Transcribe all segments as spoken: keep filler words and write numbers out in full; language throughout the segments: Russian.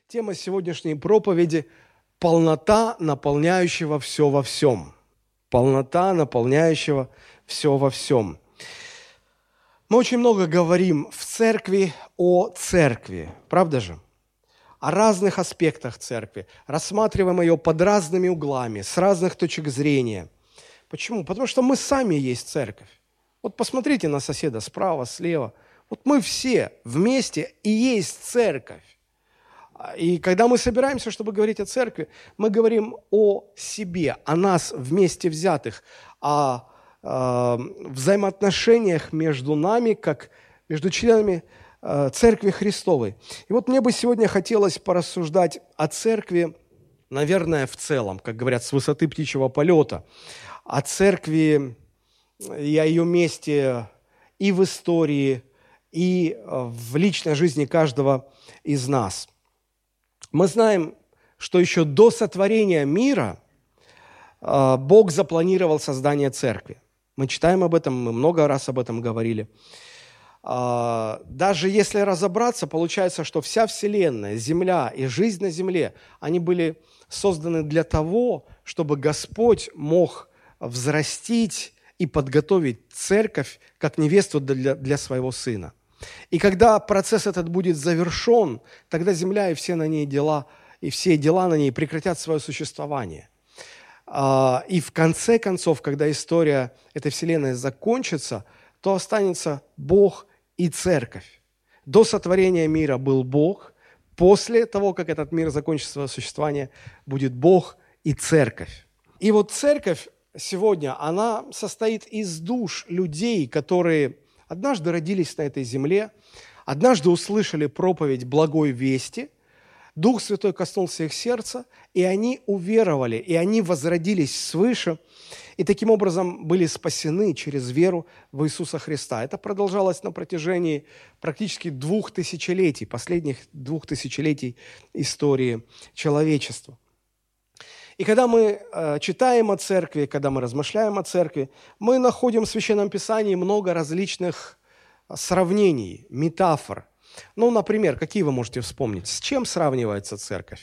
Тема сегодняшней проповеди – полнота, наполняющего все во всем. Полнота, наполняющего все во всем. Мы очень много говорим в церкви о церкви, правда же? О разных аспектах церкви, рассматриваем ее под разными углами, с разных точек зрения. Почему? Потому что мы сами есть церковь. Вот посмотрите на соседа справа, слева. Вот мы все вместе и есть церковь. И когда мы собираемся, чтобы говорить о церкви, мы говорим о себе, о нас вместе взятых, о, о взаимоотношениях между нами, как между членами э, Церкви Христовой. И вот мне бы сегодня хотелось порассуждать о церкви, наверное, в целом, как говорят, с высоты птичьего полета, о церкви и о ее месте и в истории, и в личной жизни каждого из нас. Мы знаем, что еще до сотворения мира э, Бог запланировал создание церкви. Мы читаем об этом, мы много раз об этом говорили. Э, даже если разобраться, получается, что вся Вселенная, Земля и жизнь на Земле, они были созданы для того, чтобы Господь мог взрастить и подготовить церковь как невесту для, для своего Сына. И когда процесс этот будет завершен, тогда земля и все на ней дела, и все дела на ней прекратят свое существование. И в конце концов, когда история этой вселенной закончится, то останется Бог и церковь. До сотворения мира был Бог, после того, как этот мир закончит свое существование, будет Бог и церковь. И вот церковь сегодня, она состоит из душ людей, которые однажды родились на этой земле, однажды услышали проповедь благой вести, Дух Святой коснулся их сердца, и они уверовали, и они возродились свыше, и таким образом были спасены через веру в Иисуса Христа. Это продолжалось на протяжении практически двух тысячелетий, последних двух тысячелетий истории человечества. И когда мы э, читаем о церкви, когда мы размышляем о церкви, мы находим в Священном Писании много различных сравнений, метафор. Ну, например, какие вы можете вспомнить? С чем сравнивается церковь?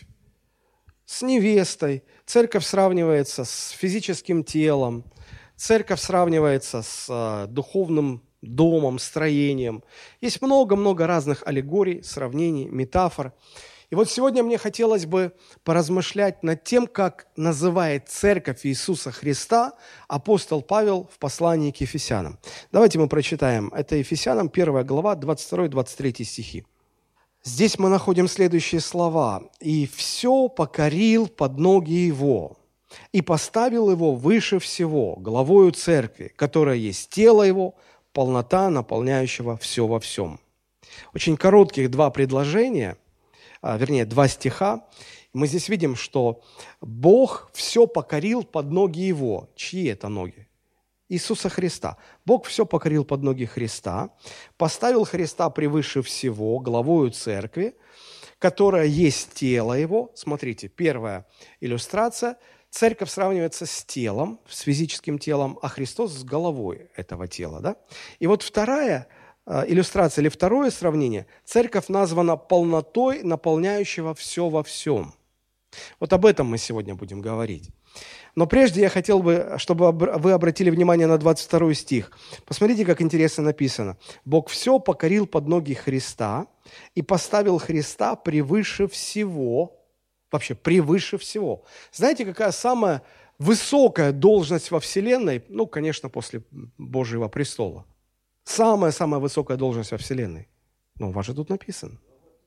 С невестой. Церковь сравнивается с физическим телом. Церковь сравнивается с э, духовным домом, строением. Есть много-много разных аллегорий, сравнений, метафор. И вот сегодня мне хотелось бы поразмышлять над тем, как называет церковь Иисуса Христа апостол Павел в послании к Ефесянам. Давайте мы прочитаем. Это Ефесянам, первая глава, двадцать второй - двадцать третий стихи. Здесь мы находим следующие слова. «И все покорил под ноги его, и поставил его выше всего, главою церкви, которая есть тело его, полнота, наполняющего все во всем». Очень коротких два предложения, вернее, два стиха, мы здесь видим, что Бог все покорил под ноги Его. Чьи это ноги? Иисуса Христа. Бог все покорил под ноги Христа, поставил Христа превыше всего, главою церкви, которая есть тело Его. Смотрите, первая иллюстрация. Церковь сравнивается с телом, с физическим телом, а Христос с головой этого тела. Да? И вот вторая иллюстрация или второе сравнение. Церковь названа полнотой, наполняющего все во всем. Вот об этом мы сегодня будем говорить. Но прежде я хотел бы, чтобы вы обратили внимание на двадцать второй стих. Посмотрите, как интересно написано. «Бог все покорил под ноги Христа и поставил Христа превыше всего». Вообще, превыше всего. Знаете, какая самая высокая должность во Вселенной? Ну, конечно, после Божьего престола. Самая-самая высокая должность во Вселенной. Ну, у вас же тут написано.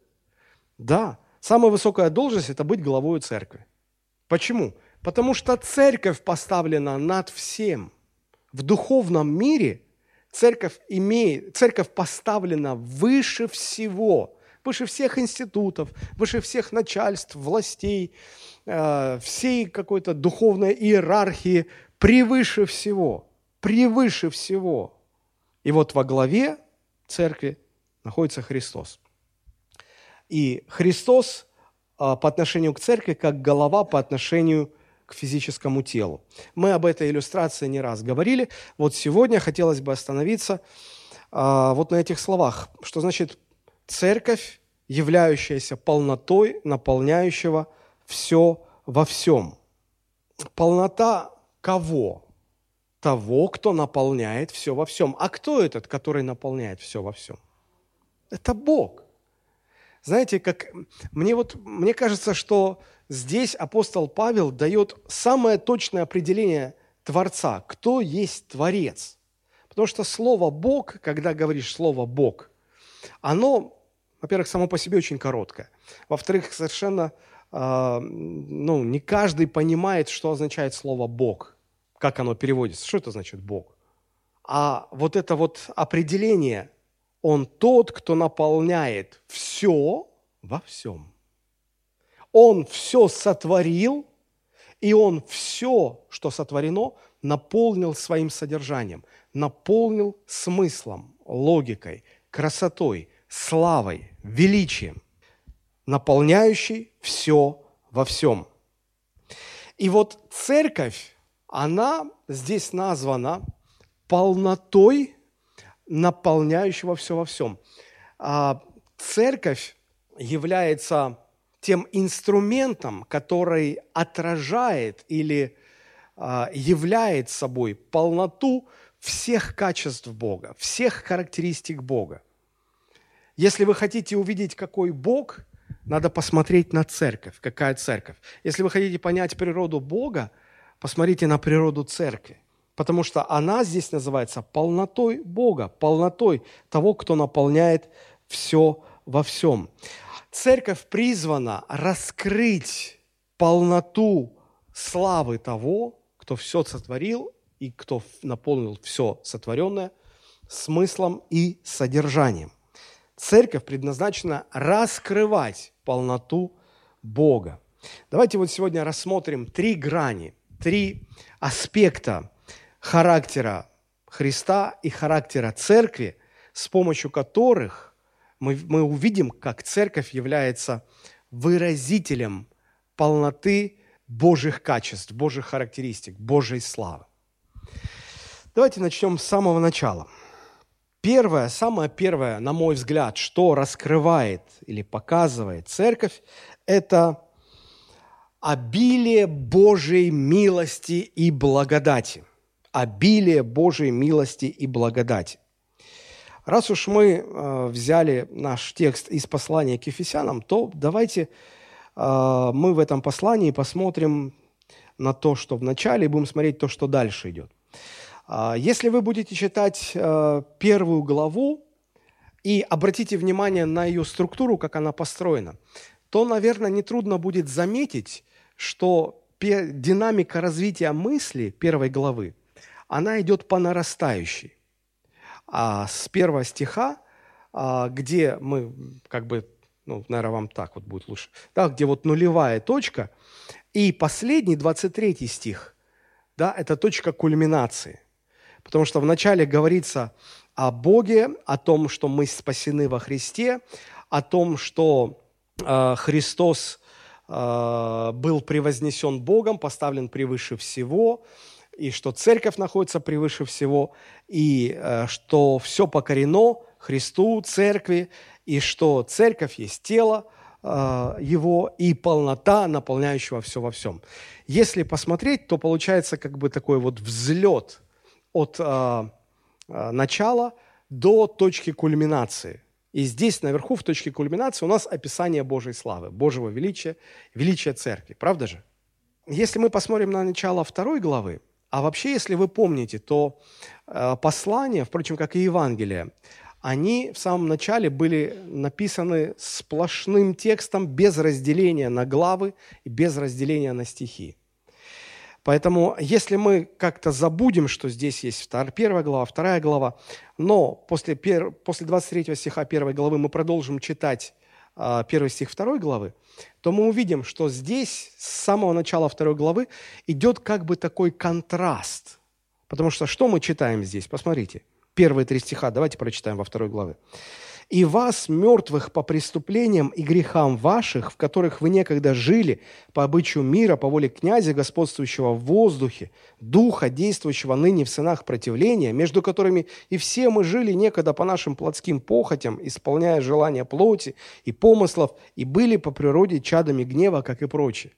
Да, самая высокая должность – это быть главой церкви. Почему? Потому что церковь поставлена над всем. В духовном мире церковь, имеет, церковь поставлена выше всего, выше всех институтов, выше всех начальств, властей, э, всей какой-то духовной иерархии, превыше всего, превыше всего. И вот во главе церкви находится Христос. И Христос а, по отношению к церкви, как голова по отношению к физическому телу. Мы об этой иллюстрации не раз говорили. Вот сегодня хотелось бы остановиться а, вот на этих словах. Что значит церковь являющаяся полнотой, наполняющего все во всем. Полнота кого? Того, кто наполняет все во всем. А кто этот, который наполняет все во всем? Это Бог. Знаете, как мне вот мне кажется, что здесь апостол Павел дает самое точное определение Творца. Кто есть Творец? Потому что слово «Бог», когда говоришь слово «Бог», оно, во-первых, само по себе очень короткое. Во-вторых, совершенно э, ну, не каждый понимает, что означает слово «Бог», как оно переводится, что это значит «Бог». А вот это вот определение, Он тот, кто наполняет все во всем. Он все сотворил, и Он все, что сотворено, наполнил своим содержанием, наполнил смыслом, логикой, красотой, славой, величием, наполняющий все во всем. И вот церковь, она здесь названа полнотой, наполняющего все во всем. А церковь является тем инструментом, который отражает или а, являет собой полноту всех качеств Бога, всех характеристик Бога. Если вы хотите увидеть, какой Бог, надо посмотреть на церковь, какая церковь. Если вы хотите понять природу Бога, посмотрите на природу церкви, потому что она здесь называется полнотой Бога, полнотой того, кто наполняет все во всем. Церковь призвана раскрыть полноту славы того, кто все сотворил и кто наполнил все сотворенное смыслом и содержанием. Церковь предназначена раскрывать полноту Бога. Давайте вот сегодня рассмотрим три грани, три аспекта характера Христа и характера церкви, с помощью которых мы, мы увидим, как церковь является выразителем полноты Божьих качеств, Божьих характеристик, Божьей славы. Давайте начнем с самого начала. Первое, самое первое, на мой взгляд, что раскрывает или показывает церковь, это обилие Божьей милости и благодати. Обилие Божьей милости и благодати. Раз уж мы э, взяли наш текст из послания к Ефесянам, то давайте э, мы в этом послании посмотрим на то, что в начале, и будем смотреть то, что дальше идет. Э, если вы будете читать э, первую главу и обратите внимание на ее структуру, как она построена, то, наверное, нетрудно будет заметить, что пе- динамика развития мысли первой главы, она идет по нарастающей. А с первого стиха, а, где мы, как бы, ну, наверное, вам так вот будет лучше, да, где вот нулевая точка, и последний, двадцать третий стих, да, это точка кульминации. Потому что вначале говорится о Боге, о том, что мы спасены во Христе, о том, что э, Христос э, был превознесен Богом, поставлен превыше всего, и что церковь находится превыше всего, и э, что все покорено Христу, церкви, и что церковь есть тело э, Его и полнота, наполняющего все во всем. Если посмотреть, то получается как бы такой вот взлет от э, э, начала до точки кульминации. И здесь наверху, в точке кульминации, у нас описание Божьей славы, Божьего величия, величия церкви. Правда же? Если мы посмотрим на начало второй главы, а вообще, если вы помните, то э, послания, впрочем, как и Евангелие, они в самом начале были написаны сплошным текстом, без разделения на главы и без разделения на стихи. Поэтому, если мы как-то забудем, что здесь есть первая глава, вторая глава, но после, пер... после двадцать третьего стиха первой главы мы продолжим читать э, первый стих второй главы, то мы увидим, что здесь с самого начала второй главы идет как бы такой контраст. Потому что что мы читаем здесь? Посмотрите, первые три стиха, давайте прочитаем во второй главе. И вас, мертвых по преступлениям и грехам ваших, в которых вы некогда жили, по обычаю мира, по воле князя, господствующего в воздухе, духа, действующего ныне в сынах противления, между которыми и все мы жили некогда по нашим плотским похотям, исполняя желания плоти и помыслов, и были по природе чадами гнева, как и прочие».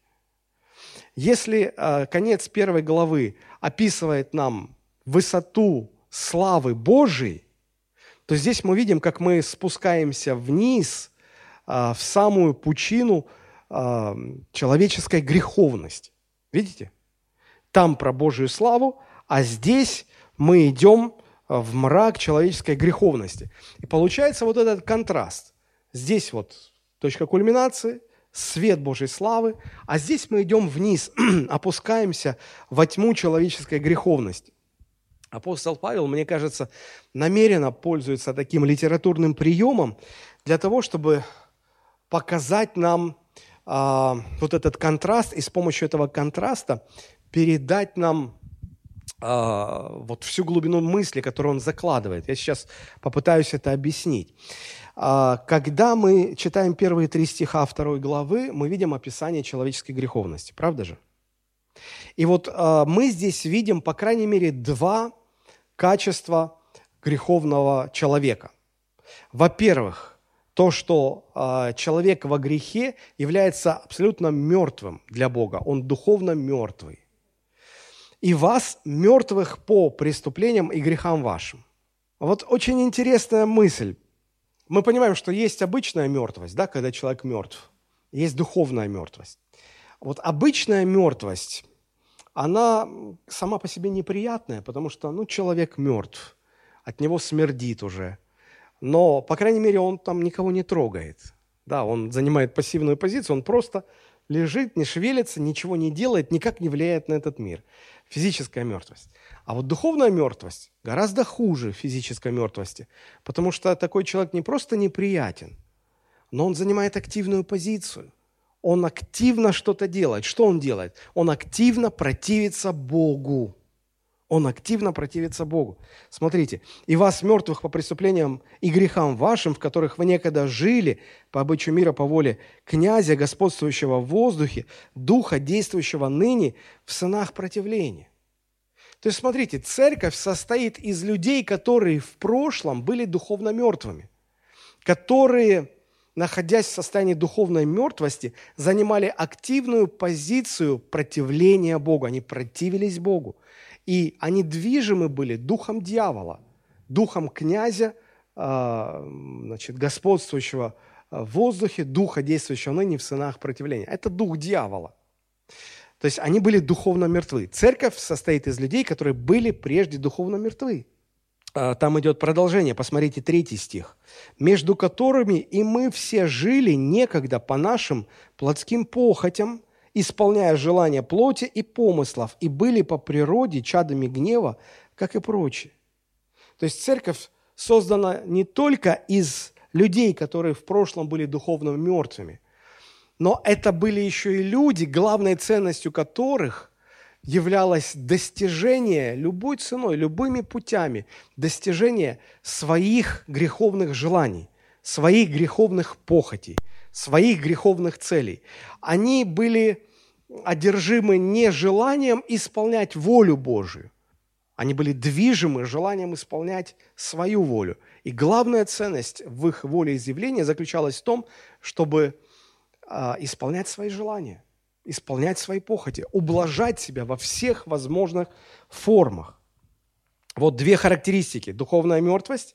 Если э, конец первой главы описывает нам высоту славы Божией, то здесь мы видим, как мы спускаемся вниз а, в самую пучину а, человеческой греховности. Видите? Там про Божию славу, а здесь мы идем в мрак человеческой греховности. И получается вот этот контраст. Здесь вот точка кульминации, свет Божьей славы, а здесь мы идем вниз, опускаемся во тьму человеческой греховности. Апостол Павел, мне кажется, намеренно пользуется таким литературным приемом для того, чтобы показать нам а, вот этот контраст, и с помощью этого контраста передать нам а, вот всю глубину мысли, которую он закладывает. Я сейчас попытаюсь это объяснить. А, когда мы читаем первые три стиха второй главы, мы видим описание человеческой греховности, правда же? И вот а, мы здесь видим, по крайней мере, два качества греховного человека. Во-первых, то, что э, человек во грехе является абсолютно мертвым для Бога. Он духовно мертвый. И вас, мертвых по преступлениям и грехам вашим. Вот очень интересная мысль. Мы понимаем, что есть обычная мертвость, да, когда человек мертв. Есть духовная мертвость. Вот обычная мертвость, она сама по себе неприятная, потому что, ну, человек мертв, от него смердит уже. Но, по крайней мере, он там никого не трогает. Да, он занимает пассивную позицию, он просто лежит, не шевелится, ничего не делает, никак не влияет на этот мир. Физическая мертвость. А вот духовная мертвость гораздо хуже физической мертвости, потому что такой человек не просто неприятен, но он занимает активную позицию. Он активно что-то делает. Что он делает? Он активно противится Богу. Он активно противится Богу. Смотрите. «И вас, мертвых по преступлениям и грехам вашим, в которых вы некогда жили, по обычаю мира, по воле князя, господствующего в воздухе, духа, действующего ныне в сынах противления». То есть, смотрите, церковь состоит из людей, которые в прошлом были духовно мертвыми, которые, находясь в состоянии духовной мертвости, занимали активную позицию противления Богу. Они противились Богу. И они движимы были духом дьявола, духом князя, значит, господствующего в воздухе, духа, действующего ныне в сынах противления. Это дух дьявола. То есть они были духовно мертвы. Церковь состоит из людей, которые были прежде духовно мертвы. Там идет продолжение, посмотрите, третий стих. «Между которыми и мы все жили некогда по нашим плотским похотям, исполняя желания плоти и помыслов, и были по природе чадами гнева, как и прочие». То есть церковь создана не только из людей, которые в прошлом были духовно мертвыми, но это были еще и люди, главной ценностью которых являлось достижение любой ценой, любыми путями, достижение своих греховных желаний, своих греховных похотей, своих греховных целей. Они были одержимы не желанием исполнять волю Божию, они были движимы желанием исполнять свою волю. И главная ценность в их волеизъявлении заключалась в том, чтобы а, исполнять свои желания, исполнять свои похоти, ублажать себя во всех возможных формах. Вот две характеристики – духовная мертвость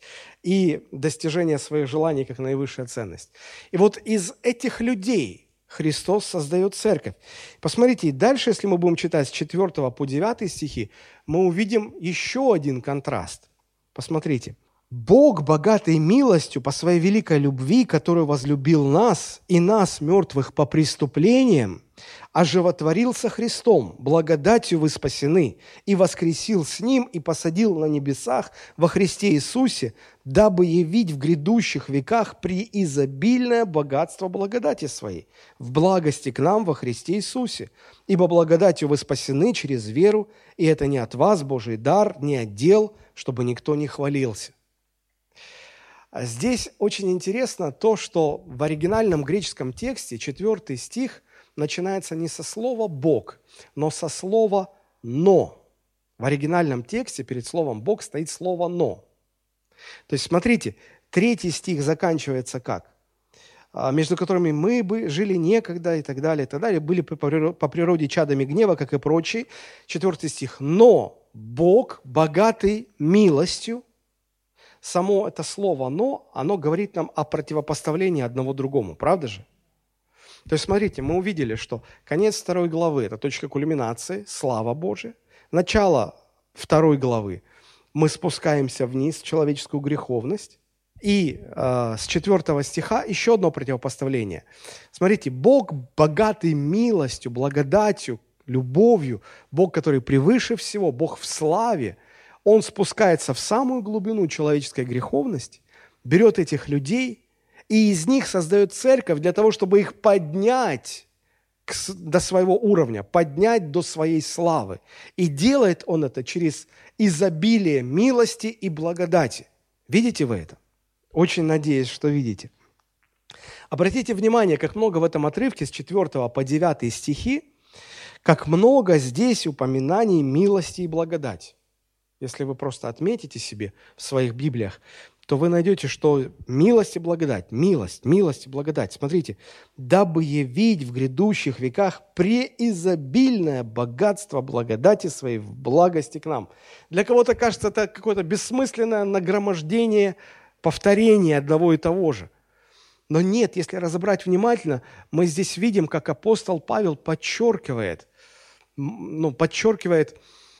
и достижение своих желаний как наивысшая ценность. И вот из этих людей Христос создает церковь. Посмотрите, и дальше, если мы будем читать с четвёртого по девятый стихи, мы увидим еще один контраст. Посмотрите. «Бог, богатый милостью по своей великой любви, которую возлюбил нас, и нас, мертвых по преступлениям, оживотворил со Христом, благодатью вы спасены, и воскресил с Ним, и посадил на небесах во Христе Иисусе, дабы явить в грядущих веках преизобильное богатство благодати Своей, в благости к нам во Христе Иисусе. Ибо благодатью вы спасены через веру, и это не от вас, Божий дар, не от дел, чтобы никто не хвалился». Здесь очень интересно то, что в оригинальном греческом тексте четвертый стих начинается не со слова «Бог», но со слова «но». В оригинальном тексте перед словом «Бог» стоит слово «но». То есть, смотрите, третий стих заканчивается как? «Между которыми мы бы жили некогда» и так далее, и так далее, были по природе чадами гнева, как и прочие. Четвертый стих. «Но Бог, богатый милостью». Само это слово «но», оно говорит нам о противопоставлении одного другому, правда же? То есть, смотрите, мы увидели, что конец второй главы – это точка кульминации, слава Божия. Начало второй главы мы спускаемся вниз в человеческую греховность. И э, с четвертого стиха еще одно противопоставление. Смотрите, Бог, богатый милостью, благодатью, любовью, Бог, который превыше всего, Бог в славе, Он спускается в самую глубину человеческой греховности, берет этих людей и из них создает церковь для того, чтобы их поднять к, до своего уровня, поднять до своей славы. И делает Он это через изобилие милости и благодати. Видите вы это? Очень надеюсь, что видите. Обратите внимание, как много в этом отрывке с четвёртого по девятый стихи, как много здесь упоминаний милости и благодати. Если вы просто отметите себе в своих Библиях, то вы найдете, что милость и благодать, милость, милость и благодать. Смотрите, дабы явить в грядущих веках преизобильное богатство благодати своей в благости к нам. Для кого-то кажется, это какое-то бессмысленное нагромождение, повторение одного и того же. Но нет, если разобрать внимательно, мы здесь видим, как апостол Павел подчеркивает, ну, подчеркивает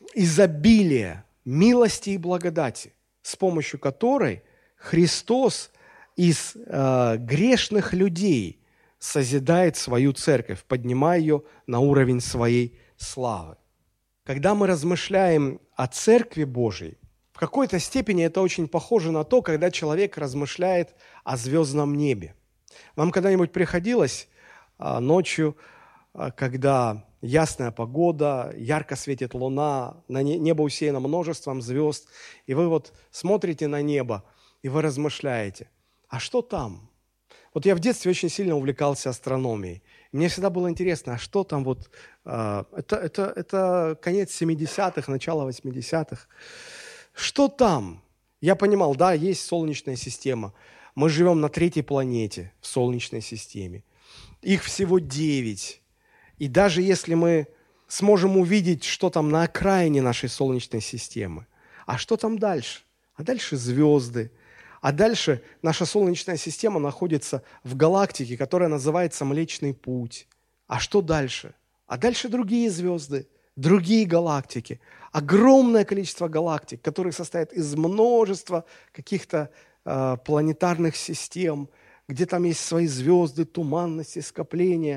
изобилие милости и благодати, с помощью которой Христос из э, грешных людей созидает свою церковь, поднимая ее на уровень своей славы. Когда мы размышляем о Церкви Божией, в какой-то степени это очень похоже на то, когда человек размышляет о звездном небе. Вам когда-нибудь приходилось а, ночью, а, когда ясная погода, ярко светит луна, на небо усеяно множеством звезд, и вы вот смотрите на небо, и вы размышляете, а что там? Вот я в детстве очень сильно увлекался астрономией. Мне всегда было интересно, а что там вот... А, это, это, это конец семидесятых, начало восьмидесятых. Что там? Я понимал, да, есть Солнечная система. Мы живем на третьей планете в Солнечной системе. Их всего девять. И даже если мы сможем увидеть, что там на окраине нашей Солнечной системы, а что там дальше? А дальше звезды. А дальше наша Солнечная система находится в галактике, которая называется Млечный Путь. А что дальше? А дальше другие звезды, другие галактики. Огромное количество галактик, которые состоят из множества каких-то э, планетарных систем, где там есть свои звезды, туманности, скопления.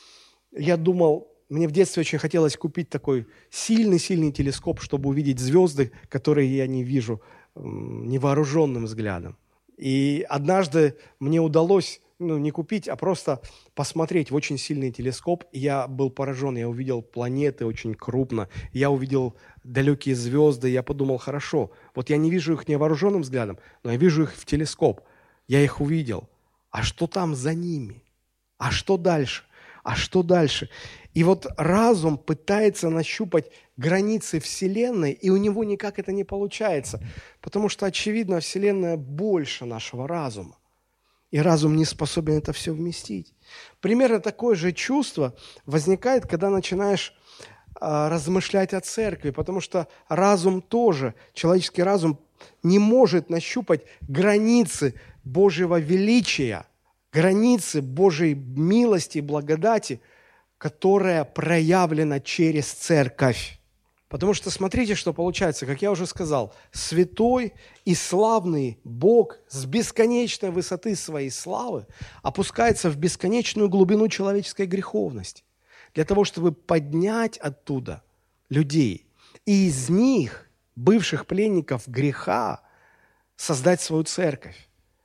Я думал, мне в детстве очень хотелось купить такой сильный-сильный телескоп, чтобы увидеть звезды, которые я не вижу э, невооруженным взглядом. И однажды мне удалось, ну, не купить, а просто посмотреть в очень сильный телескоп. И я был поражен, я увидел планеты очень крупно, я увидел далекие звезды, я подумал, хорошо, вот я не вижу их невооруженным взглядом, но я вижу их в телескоп, я их увидел. А что там за ними? А что дальше? А что дальше? И вот разум пытается нащупать границы Вселенной, и у него никак это не получается, потому что, очевидно, Вселенная больше нашего разума, и разум не способен это все вместить. Примерно такое же чувство возникает, когда начинаешь а, размышлять о церкви, потому что разум тоже, человеческий разум не может нащупать границы Божьего величия, границы Божьей милости и благодати, которая проявлена через церковь. Потому что смотрите, что получается, как я уже сказал, святой и славный Бог с бесконечной высоты своей славы опускается в бесконечную глубину человеческой греховности для того, чтобы поднять оттуда людей и из них, бывших пленников греха, создать свою церковь.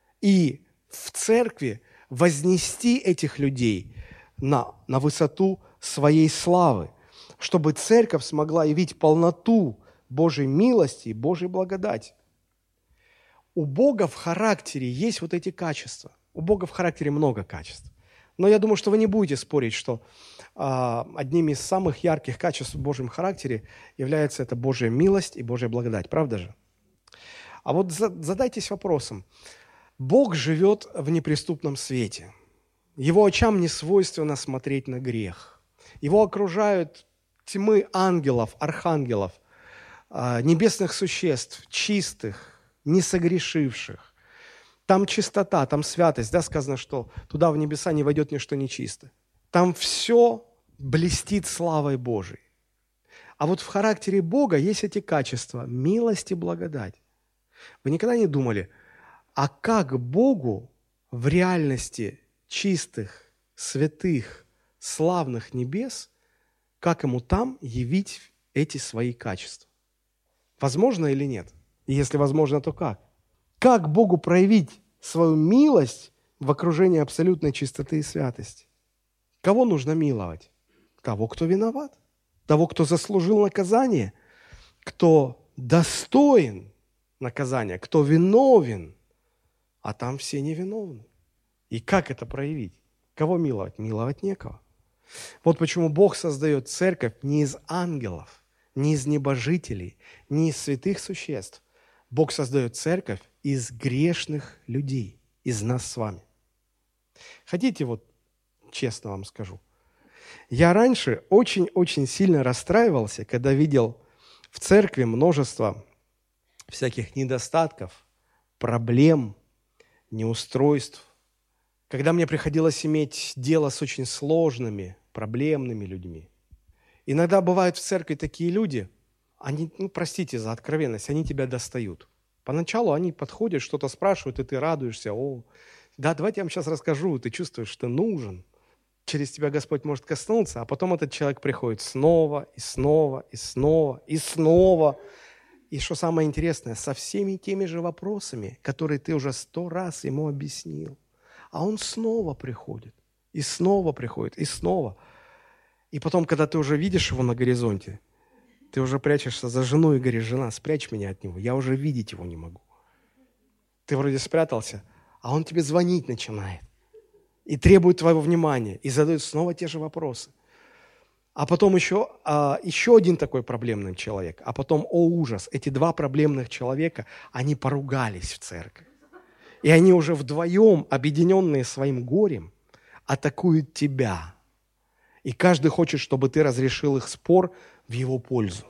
И в церкви вознести этих людей на, на высоту своей славы, чтобы церковь смогла явить полноту Божьей милости и Божьей благодати. у Бога в характере есть вот эти качества. У Бога в характере много качеств. Но я думаю, что вы не будете спорить, что а, одним из самых ярких качеств в Божьем характере является это Божья милость и Божья благодать. Правда же? А вот за, задайтесь вопросом. Бог живет в неприступном свете. Его очам не свойственно смотреть на грех. Его окружают тьмы ангелов, архангелов, а, небесных существ, чистых, не согрешивших. Там чистота, там святость. Да, сказано, что туда в небеса не войдет ничто нечисто. Там все блестит славой Божией. А вот в характере Бога есть эти качества – милость и благодать. Вы никогда не думали, а как Богу в реальности чистых, святых, славных небес, как Ему там явить эти свои качества? Возможно или нет? И если возможно, то как? Как Богу проявить свою милость в окружении абсолютной чистоты и святости? Кого нужно миловать? Того, кто виноват. Того, кто заслужил наказание. Кто достоин наказания. Кто виновен. А там все невиновны. И как это проявить? Кого миловать? Миловать некого. Вот почему Бог создает церковь не из ангелов, не из небожителей, не из святых существ. Бог создает церковь из грешных людей, из нас с вами. Хотите, вот честно вам скажу, я раньше очень-очень сильно расстраивался, когда видел в церкви множество всяких недостатков, проблем, неустройств, когда мне приходилось иметь дело с очень сложными, проблемными людьми. Иногда бывают в церкви такие люди, они, ну, простите за откровенность, они тебя достают. Поначалу они подходят, что-то спрашивают, и ты радуешься. О, да, давайте я вам сейчас расскажу. Ты чувствуешь, что нужен. Через тебя Господь может коснуться, а потом этот человек приходит снова, и снова, и снова, и снова. И что самое интересное, со всеми теми же вопросами, которые ты уже сто раз ему объяснил. А он снова приходит, и снова приходит, и снова. И потом, когда ты уже видишь его на горизонте, ты уже прячешься за жену и говоришь: жена, спрячь меня от него, я уже видеть его не могу. Ты вроде спрятался, а он тебе звонить начинает. И требует твоего внимания, и задает снова те же вопросы. А потом еще, а, еще один такой проблемный человек. А потом, о ужас, эти два проблемных человека, они поругались в церкви. И они уже вдвоем, объединенные своим горем, атакуют тебя. И каждый хочет, чтобы ты разрешил их спор в его пользу.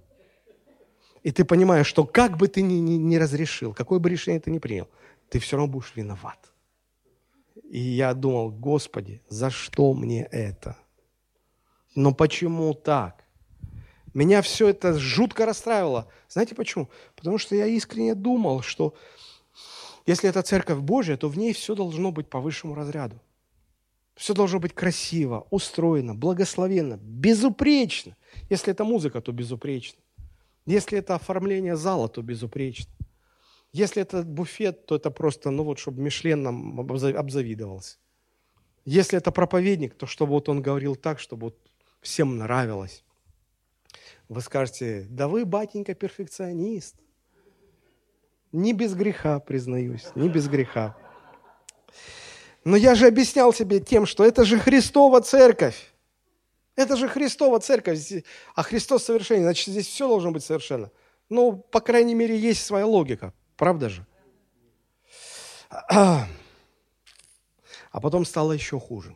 И ты понимаешь, что как бы ты ни, ни, ни разрешил, какое бы решение ты ни принял, ты все равно будешь виноват. И я думал: Господи, за что мне это? Но почему так? Меня все это жутко расстраивало. Знаете почему? Потому что я искренне думал, что если это церковь Божья, то в ней все должно быть по высшему разряду. Все должно быть красиво, устроено, благословенно, безупречно. Если это музыка, то безупречно. Если это оформление зала, то безупречно. Если это буфет, то это просто, ну вот, чтобы Мишлен нам обзавидовался. Если это проповедник, то чтобы вот он говорил так, чтобы вот всем нравилось. Вы скажете: да вы, батенька, перфекционист. Не без греха, признаюсь, не без греха. Но я же объяснял себе тем, что это же Христова церковь. Это же Христова церковь, а Христос совершенен, значит, здесь все должно быть совершенно. Ну, по крайней мере, есть своя логика, правда же? А потом стало еще хуже.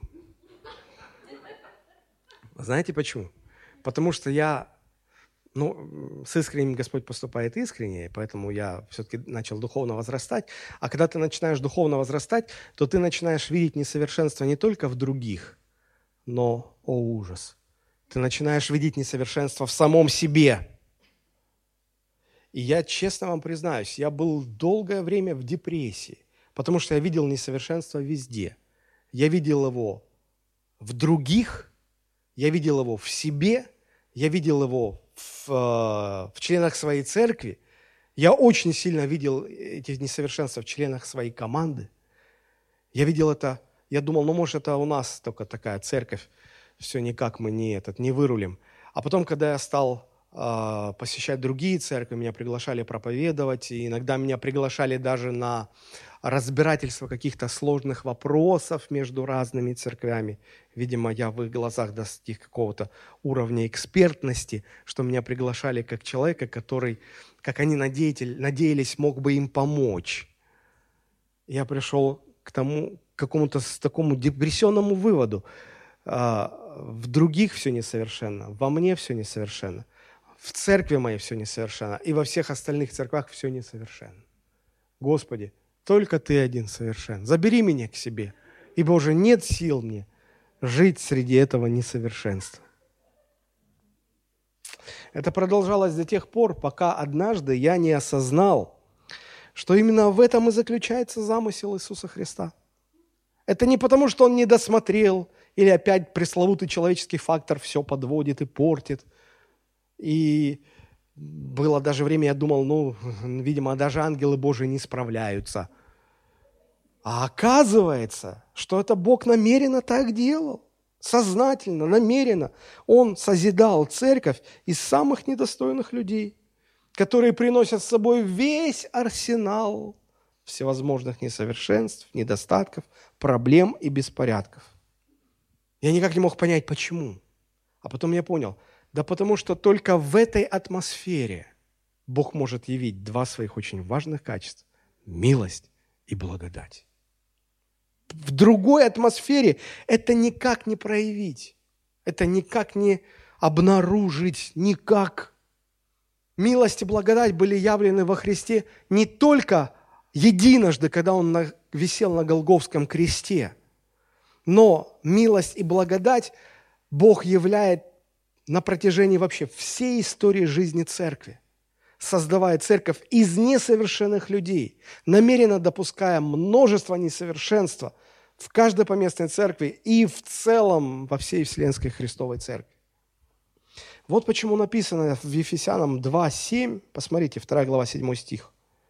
Знаете почему? Потому что я, ну, с искренним Господь поступает искренне, поэтому я все-таки начал духовно возрастать. А когда ты начинаешь духовно возрастать, то ты начинаешь видеть несовершенство не только в других, но, о ужас, ты начинаешь видеть несовершенство в самом себе. И я честно вам признаюсь, я был долгое время в депрессии, потому что я видел несовершенство везде. Я видел его в других, я видел его в себе, я видел его в, в членах своей церкви. Я очень сильно видел эти несовершенства в членах своей команды. Я видел это, я думал, ну, может, это у нас только такая церковь, все никак мы не, этот, не вырулим. А потом, когда я стал э, посещать другие церкви, меня приглашали проповедовать, и иногда меня приглашали даже на разбирательство каких-то сложных вопросов между разными церквями. Видимо, я в их глазах достиг какого-то уровня экспертности, что меня приглашали как человека, который, как они надеятель, надеялись, мог бы им помочь. Я пришел к тому, к какому-то с такому депрессионному выводу. В других все несовершенно, во мне все несовершенно, в церкви моей все несовершенно, и во всех остальных церквах все несовершенно. Господи, только Ты один совершен. Забери меня к себе, ибо уже нет сил мне жить среди этого несовершенства. Это продолжалось до тех пор, пока однажды я не осознал, что именно в этом и заключается замысел Иисуса Христа. Это не потому, что Он не досмотрел, или опять пресловутый человеческий фактор все подводит и портит. И было даже время, я думал, ну, видимо, даже ангелы Божии не справляются. А оказывается, что это Бог намеренно так делал. Сознательно, намеренно. Он созидал церковь из самых недостойных людей, которые приносят с собой весь арсенал всевозможных несовершенств, недостатков, проблем и беспорядков. Я никак не мог понять, почему. А потом я понял, да потому что только в этой атмосфере Бог может явить два своих очень важных качества – милость и благодать. В другой атмосфере это никак не проявить, это никак не обнаружить, никак. Милость и благодать были явлены во Христе не только единожды, когда Он висел на Голгофском кресте, но милость и благодать Бог являет на протяжении вообще всей истории жизни церкви, создавая церковь из несовершенных людей, намеренно допуская множество несовершенства в каждой поместной церкви и в целом во всей Вселенской Христовой церкви. Вот почему написано в Ефесянам два семь, посмотрите, вторая глава, седьмой стих.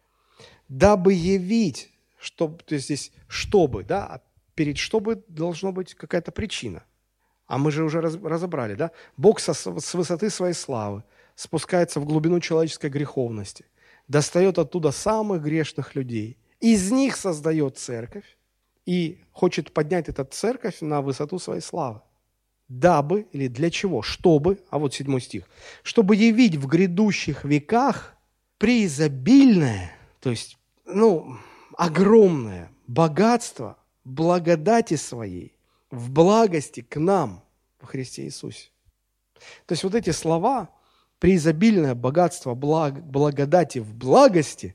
«Дабы явить», чтобы, то есть здесь «чтобы», да, перед «чтобы» должна быть какая-то причина. А мы же уже разобрали, да? Бог со, с высоты своей славы спускается в глубину человеческой греховности, достает оттуда самых грешных людей, из них создает церковь и хочет поднять эту церковь на высоту своей славы. Дабы, или для чего? Чтобы, а вот седьмой стих, чтобы явить в грядущих веках преизобильное, то есть, ну, огромное богатство благодати своей в благости к нам во Христе Иисусе. То есть вот эти слова преизобильное богатство благ, благодати в благости,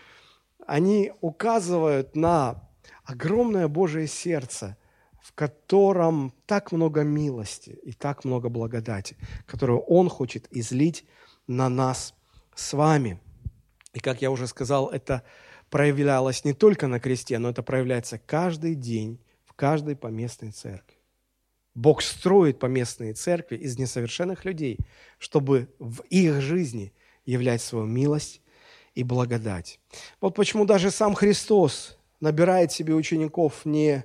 они указывают на огромное Божие сердце, в котором так много милости и так много благодати, которую Он хочет излить на нас с вами. И, как я уже сказал, это проявлялось не только на кресте, но это проявляется каждый день в каждой поместной церкви. Бог строит поместные церкви из несовершенных людей, чтобы в их жизни являть свою милость и благодать. Вот почему даже сам Христос набирает себе учеников не,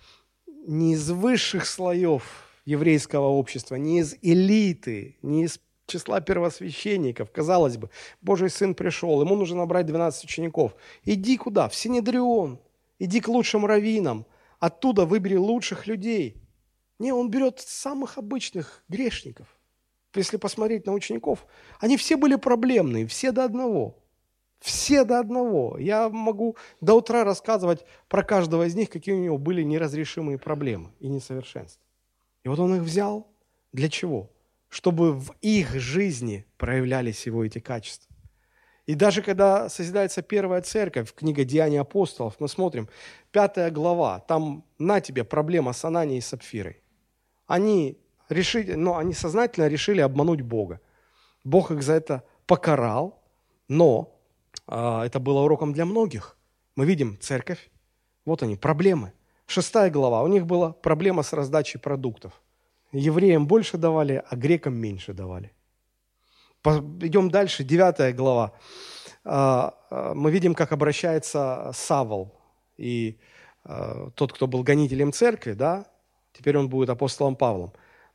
не из высших слоев еврейского общества, не из элиты, не из числа первосвященников. Казалось бы, Божий Сын пришел, ему нужно набрать двенадцать учеников. Иди куда? В Синедрион, иди к лучшим раввинам, оттуда выбери лучших людей. Не, он берет самых обычных грешников. Если посмотреть на учеников, они все были проблемные, все до одного. Все до одного. Я могу до утра рассказывать про каждого из них, какие у него были неразрешимые проблемы и несовершенства. И вот он их взял для чего? Чтобы в их жизни проявлялись его эти качества. И даже когда созидается первая церковь, книга «Деяния апостолов», мы смотрим, пятая глава, там на тебе проблема с Ананией и Сапфирой. Они, решили, но они сознательно решили обмануть Бога. Бог их за это покарал, но а, это было уроком для многих. Мы видим церковь, вот они, проблемы. Шестая глава, у них была проблема с раздачей продуктов. Евреям больше давали, а грекам меньше давали. Идем дальше, девятая глава. Мы видим, как обращается Савл. И тот, кто был гонителем церкви, да, теперь он будет апостолом Павлом.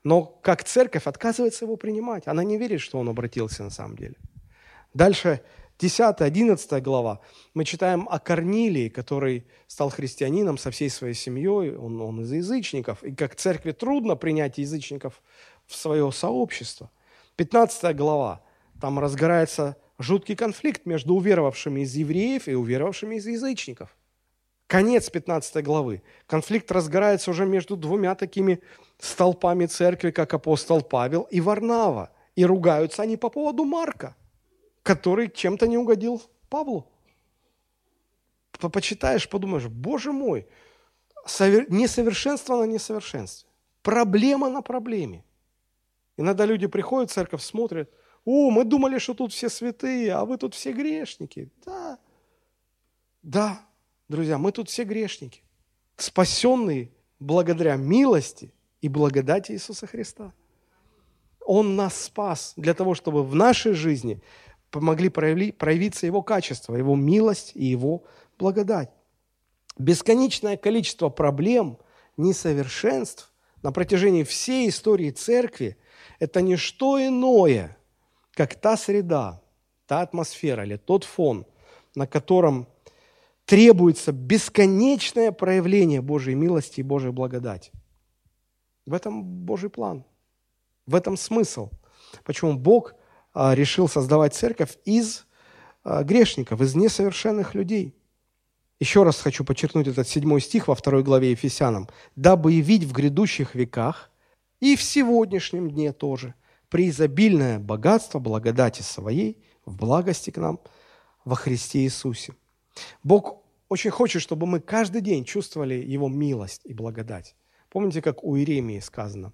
Но как церковь отказывается его принимать. Она не верит, что он обратился на самом деле. Дальше десятая, одиннадцатая глава. Мы читаем о Корнилии, который стал христианином со всей своей семьей. Он, он из язычников. И как церкви трудно принять язычников в свое сообщество. пятнадцатая глава. Там разгорается жуткий конфликт между уверовавшими из евреев и уверовавшими из язычников. Конец пятнадцатой главы. Конфликт разгорается уже между двумя такими столпами церкви, как апостол Павел и Варнава. И ругаются они по поводу Марка, который чем-то не угодил Павлу. Почитаешь, подумаешь, боже мой, несовершенство на несовершенстве. Проблема на проблеме. Иногда люди приходят в церковь, смотрят, о, мы думали, что тут все святые, а вы тут все грешники. Да, да, друзья, мы тут все грешники, спасенные благодаря милости и благодати Иисуса Христа. Он нас спас для того, чтобы в нашей жизни помогли проявиться Его качества, Его милость и Его благодать. Бесконечное количество проблем, несовершенств на протяжении всей истории церкви – это не что иное, как та среда, та атмосфера или тот фон, на котором требуется бесконечное проявление Божьей милости и Божьей благодати. В этом Божий план, в этом смысл. Почему Бог а, решил создавать церковь из а, грешников, из несовершенных людей. Еще раз хочу подчеркнуть этот седьмой стих во второй главе Ефесянам. «Дабы явить в грядущих веках и в сегодняшнем дне тоже преизобильное богатство благодати своей в благости к нам во Христе Иисусе». Бог очень хочет, чтобы мы каждый день чувствовали Его милость и благодать. Помните, как у Иеремии сказано?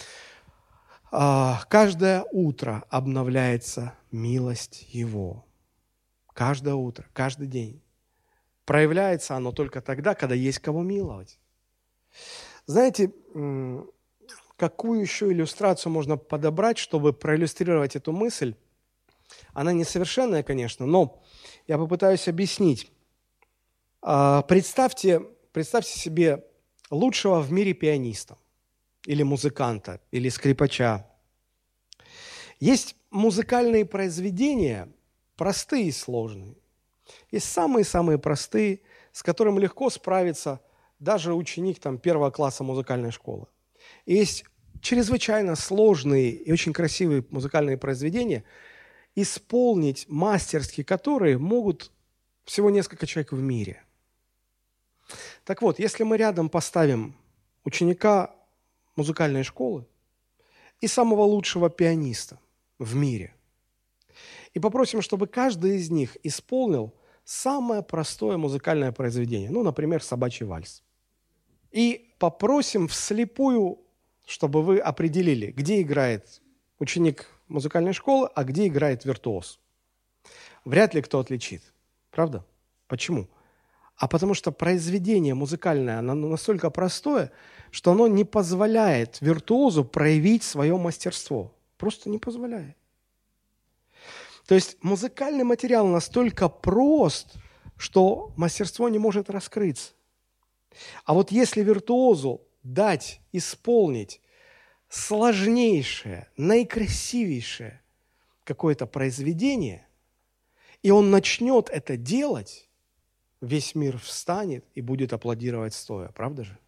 «Каждое утро обновляется милость Его». Каждое утро, каждый день. Проявляется оно только тогда, когда есть кого миловать. Знаете, какую еще иллюстрацию можно подобрать, чтобы проиллюстрировать эту мысль? Она несовершенная, конечно, но я попытаюсь объяснить. Представьте, представьте себе лучшего в мире пианиста, или музыканта, или скрипача. Есть музыкальные произведения, простые и сложные. Есть самые-самые простые, с которыми легко справиться даже ученик там, первого класса музыкальной школы. И есть чрезвычайно сложные и очень красивые музыкальные произведения, исполнить мастерски которые могут всего несколько человек в мире. Так вот, если мы рядом поставим ученика музыкальной школы и самого лучшего пианиста в мире, и попросим, чтобы каждый из них исполнил самое простое музыкальное произведение, ну, например, «Собачий вальс», и попросим вслепую, чтобы вы определили, где играет ученик музыкальной школы, а где играет виртуоз. Вряд ли кто отличит. Правда? Почему? А потому что произведение музыкальное, оно настолько простое, что оно не позволяет виртуозу проявить свое мастерство. Просто не позволяет. То есть музыкальный материал настолько прост, что мастерство не может раскрыться. А вот если виртуозу дать исполнить сложнейшее, наикрасивейшее какое-то произведение, и он начнет это делать, весь мир встанет и будет аплодировать стоя. Правда же?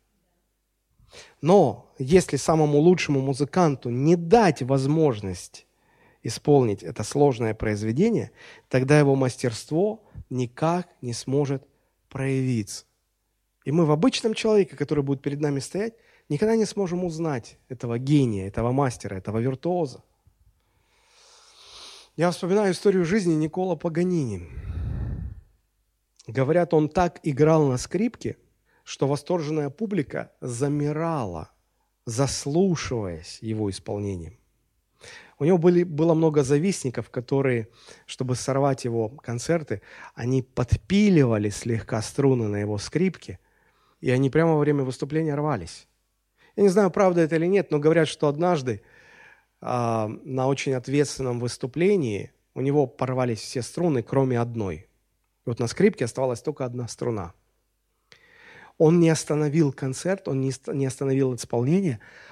Но если самому лучшему музыканту не дать возможность исполнить это сложное произведение, тогда его мастерство никак не сможет проявиться. И мы в обычном человеке, который будет перед нами стоять, никогда не сможем узнать этого гения, этого мастера, этого виртуоза. Я вспоминаю историю жизни Никколо Паганини. Говорят, он так играл на скрипке, что восторженная публика замирала, заслушиваясь его исполнением. У него были, было много завистников, которые, чтобы сорвать его концерты, они подпиливали слегка струны на его скрипке, и они прямо во время выступления рвались. Я не знаю, правда это или нет, но говорят, что однажды а, на очень ответственном выступлении у него порвались все струны, кроме одной. И вот на скрипке оставалась только одна струна. Он не остановил концерт, он не остановил исполнение,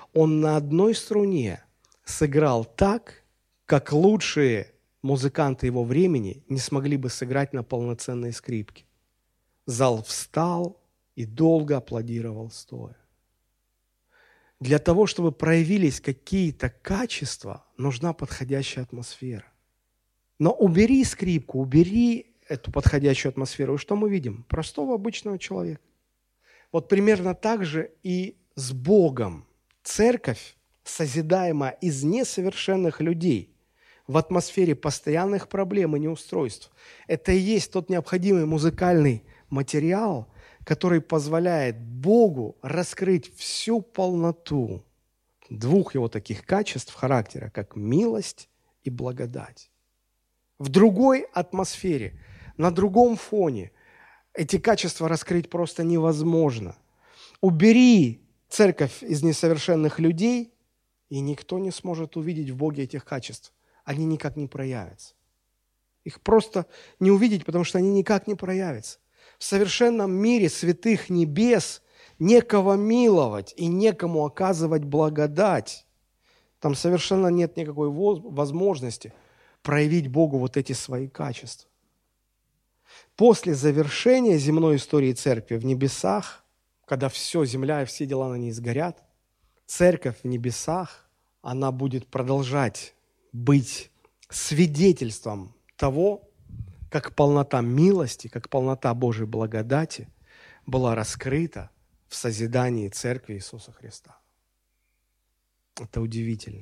Он на одной струне сыграл так, как лучшие музыканты его времени не смогли бы сыграть на полноценной скрипке. Зал встал и долго аплодировал стоя. Для того, чтобы проявились какие-то качества, нужна подходящая атмосфера. Но убери скрипку, убери эту подходящую атмосферу, и что мы видим? Простого обычного человека. Вот примерно так же и с Богом. Церковь, созидаемая из несовершенных людей, в атмосфере постоянных проблем и неустройств, это и есть тот необходимый музыкальный материал, который позволяет Богу раскрыть всю полноту двух его таких качеств характера, как милость и благодать. В другой атмосфере, на другом фоне эти качества раскрыть просто невозможно. Убери церковь из несовершенных людей, и никто не сможет увидеть в Боге этих качеств. Они никак не проявятся. Их просто не увидеть, потому что они никак не проявятся. В совершенном мире святых небес некого миловать и некому оказывать благодать. Там совершенно нет никакой возможности проявить Богу вот эти свои качества. После завершения земной истории церкви в небесах, когда все, земля и все дела на ней сгорят, церковь в небесах, она будет продолжать быть свидетельством того, как полнота милости, как полнота Божьей благодати была раскрыта в созидании Церкви Иисуса Христа. Это удивительно.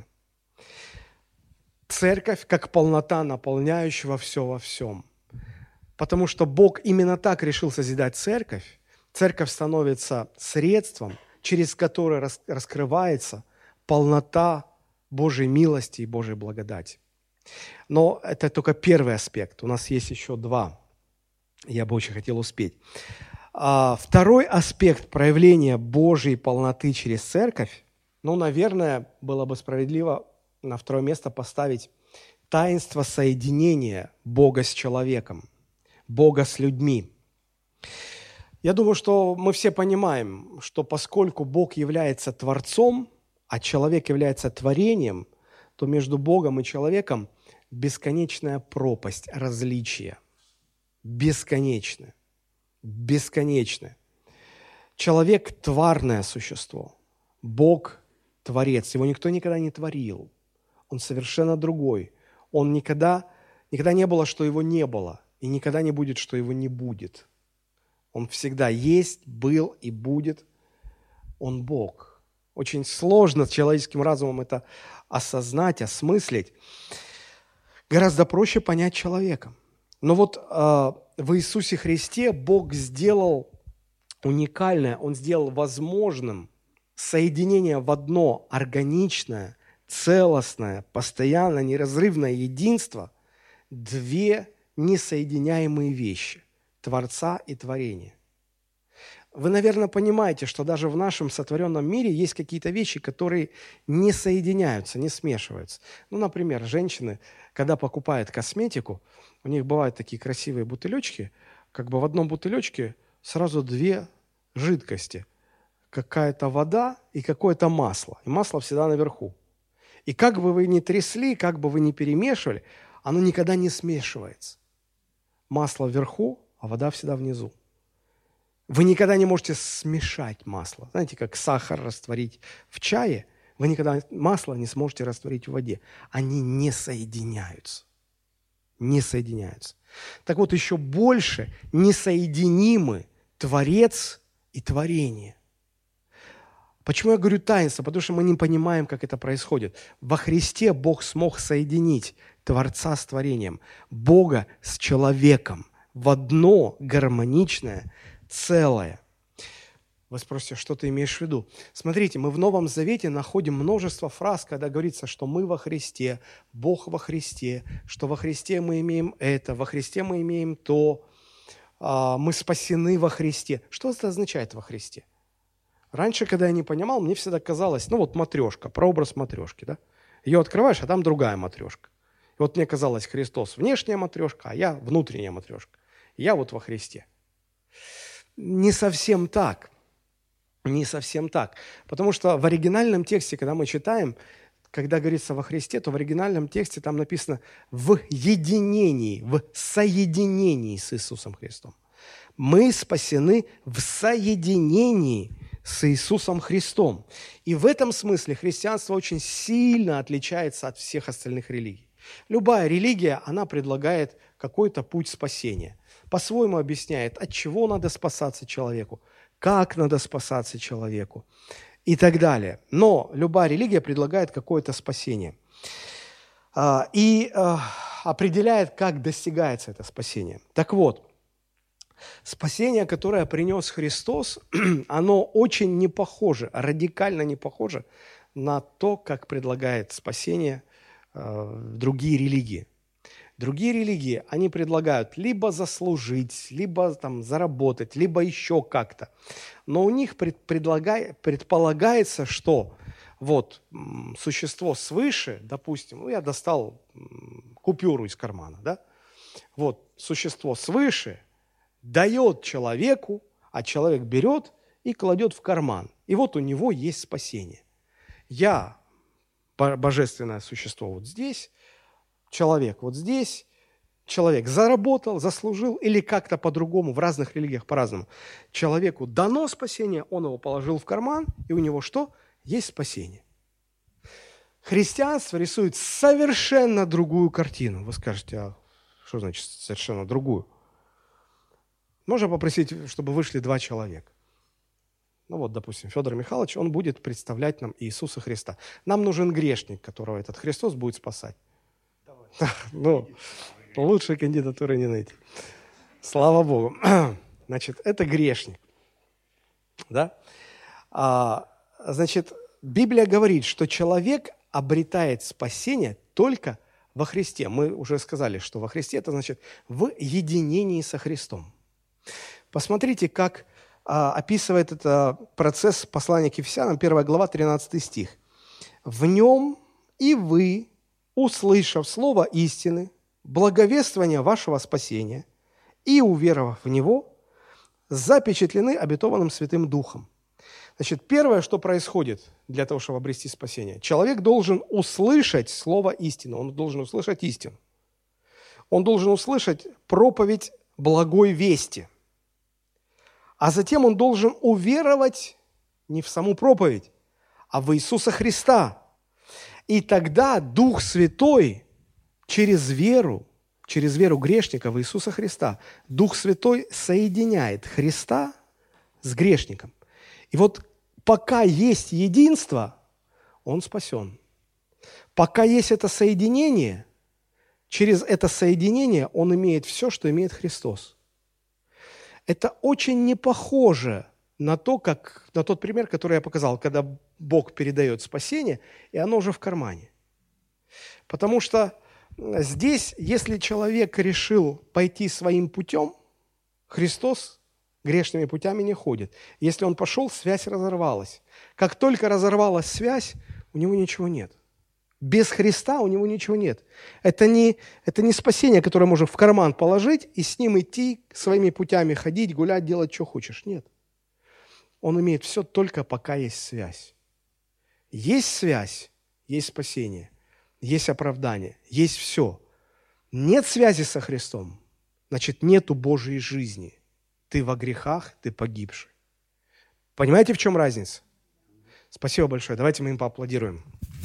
Церковь как полнота, наполняющего все во всем. Потому что Бог именно так решил созидать церковь. Церковь становится средством, через которое раскрывается полнота Божьей милости и Божьей благодати. Но это только первый аспект. У нас есть еще два. Я бы очень хотел успеть. А второй аспект проявления Божьей полноты через церковь, ну, наверное, было бы справедливо на второе место поставить таинство соединения Бога с человеком, Бога с людьми. Я думаю, что мы все понимаем, что поскольку Бог является Творцом, а человек является творением, то между Богом и человеком бесконечная пропасть, различия. Бесконечная. Бесконечная. Человек – тварное существо. Бог – творец. Его никто никогда не творил. Он совершенно другой. Он никогда, никогда не было, что его не было. И никогда не будет, что его не будет. Он всегда есть, был и будет. Он Бог. Очень сложно с человеческим разумом это осознать, осмыслить. Гораздо проще понять человека. Но вот э, в Иисусе Христе Бог сделал уникальное, Он сделал возможным соединение в одно органичное, целостное, постоянно неразрывное единство две несоединяемые вещи – Творца и творения. Вы, наверное, понимаете, что даже в нашем сотворенном мире есть какие-то вещи, которые не соединяются, не смешиваются. Ну, например, женщины, когда покупают косметику, у них бывают такие красивые бутылечки, как бы в одном бутылечке сразу две жидкости. Какая-то вода и какое-то масло. И масло всегда наверху. И как бы вы ни трясли, как бы вы ни перемешивали, оно никогда не смешивается. Масло вверху, а вода всегда внизу. Вы никогда не можете смешать масло. Знаете, как сахар растворить в чае, вы никогда масло не сможете растворить в воде. Они не соединяются. Не соединяются. Так вот, еще больше несоединимы Творец и творение. Почему я говорю таинство? Потому что мы не понимаем, как это происходит. Во Христе Бог смог соединить Творца с творением, Бога с человеком в одно гармоничное целое. Вы спросите, что ты имеешь в виду? Смотрите, мы в Новом Завете находим множество фраз, когда говорится, что мы во Христе, Бог во Христе, что во Христе мы имеем это, во Христе мы имеем то, мы спасены во Христе. Что это означает во Христе? Раньше, когда я не понимал, мне всегда казалось, ну вот матрешка, прообраз матрешки, да? Ее открываешь, а там другая матрешка. И вот мне казалось, Христос внешняя матрешка, а я внутренняя матрешка. И я вот во Христе. Не совсем так. не совсем так. Потому что в оригинальном тексте, когда мы читаем, когда говорится во Христе, то в оригинальном тексте там написано «в единении», в соединении с Иисусом Христом. Мы спасены в соединении с Иисусом Христом. И в этом смысле христианство очень сильно отличается от всех остальных религий. Любая религия, она предлагает какой-то путь спасения. По-своему объясняет, от чего надо спасаться человеку, как надо спасаться человеку и так далее. Но любая религия предлагает какое-то спасение. И определяет, как достигается это спасение. Так вот, спасение, которое принес Христос, оно очень не похоже, радикально не похоже на то, как предлагает спасение э, другие религии. Другие религии, они предлагают либо заслужить, либо там, заработать, либо еще как-то. Но у них пред, предлагай, предполагается, что вот м, существо свыше, допустим, ну, я достал м, купюру из кармана, да? Вот существо свыше дает человеку, а человек берет и кладет в карман. И вот у него есть спасение. Я, божественное существо, вот здесь, человек вот здесь, человек заработал, заслужил или как-то по-другому, в разных религиях по-разному. Человеку дано спасение, он его положил в карман, и у него что? Есть спасение. Христианство рисует совершенно другую картину. Вы скажете, а что значит совершенно другую? Можно попросить, чтобы вышли два человека. Ну вот, допустим, Федор Михайлович, он будет представлять нам Иисуса Христа. Нам нужен грешник, которого этот Христос будет спасать. Давай. Ну, лучшей кандидатуры не найти. Слава Богу. Значит, это грешник. Да? А, значит, Библия говорит, что человек обретает спасение только во Христе. Мы уже сказали, что во Христе это значит в единении со Христом. Посмотрите, как а, описывает это процесс послания к Ефесянам, первая глава, тринадцатый стих. «В нем и вы, услышав слово истины, благовествование вашего спасения и уверовав в него, запечатлены обетованным Святым Духом». Значит, первое, что происходит для того, чтобы обрести спасение, человек должен услышать слово истины, он должен услышать истину. Он должен услышать проповедь благой вести. А затем он должен уверовать не в саму проповедь, а в Иисуса Христа. И тогда Дух Святой через веру, через веру грешника в Иисуса Христа, Дух Святой соединяет Христа с грешником. И вот пока есть единство, он спасен. Пока есть это соединение, через это соединение он имеет все, что имеет Христос. Это очень не похоже на, то, как, на тот пример, который я показал, когда Бог передает спасение, и оно уже в кармане. Потому что здесь, если человек решил пойти своим путем, Христос грешными путями не ходит. Если он пошел, связь разорвалась. Как только разорвалась связь, у него ничего нет. Без Христа у него ничего нет. Это не, это не спасение, которое можно в карман положить и с ним идти, своими путями ходить, гулять, делать, что хочешь. Нет. Он имеет все только пока есть связь. Есть связь, есть спасение, есть оправдание, есть все. Нет связи со Христом, значит, нету Божьей жизни. Ты во грехах, ты погибший. Понимаете, в чем разница? Спасибо большое. Давайте мы им поаплодируем.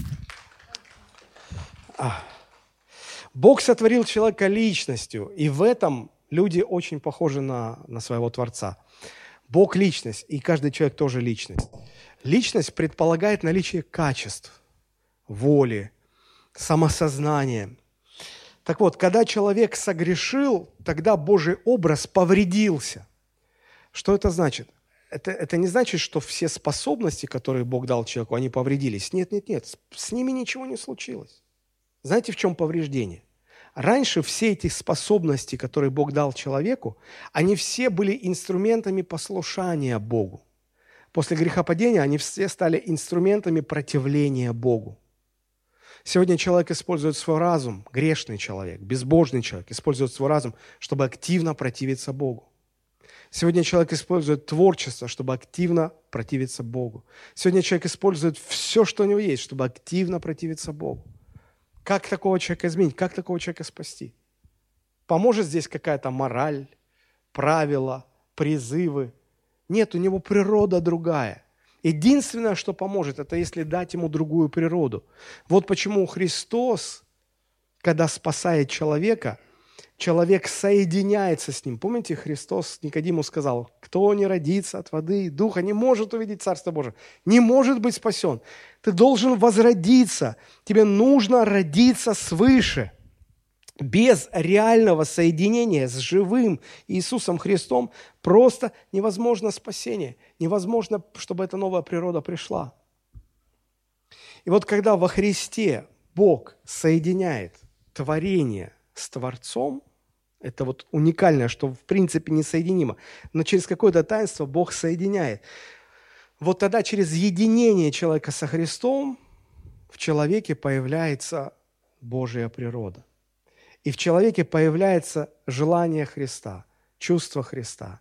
Бог сотворил человека личностью, и в этом люди очень похожи на, на своего Творца. Бог – личность, и каждый человек тоже личность. Личность предполагает наличие качеств, воли, самосознания. Так вот, когда человек согрешил, тогда Божий образ повредился. Что это значит? Это, это не значит, что все способности, которые Бог дал человеку, они повредились. Нет, нет, нет, с ними ничего не случилось. Знаете, в чем повреждение? Раньше все эти способности, которые Бог дал человеку, они все были инструментами послушания Богу. После грехопадения они все стали инструментами противления Богу. Сегодня человек использует свой разум, грешный человек, безбожный человек, использует свой разум, чтобы активно противиться Богу. Сегодня человек использует творчество, чтобы активно противиться Богу. Сегодня человек использует все, что у него есть, чтобы активно противиться Богу. Как такого человека изменить? Как такого человека спасти? Поможет здесь какая-то мораль, правила, призывы? Нет, у него природа другая. Единственное, что поможет, это если дать ему другую природу. Вот почему Христос, когда спасает человека, человек соединяется с ним. Помните, Христос Никодиму сказал: кто не родится от воды и духа, не может увидеть Царство Божие, не может быть спасен. Ты должен возродиться, тебе нужно родиться свыше. Без реального соединения с живым Иисусом Христом просто невозможно спасение, невозможно, чтобы эта новая природа пришла. И вот когда во Христе Бог соединяет творение с Творцом, это вот уникальное, что в принципе несоединимо, но через какое-то таинство Бог соединяет. Вот тогда через единение человека со Христом в человеке появляется Божья природа. И в человеке появляется желание Христа, чувство Христа.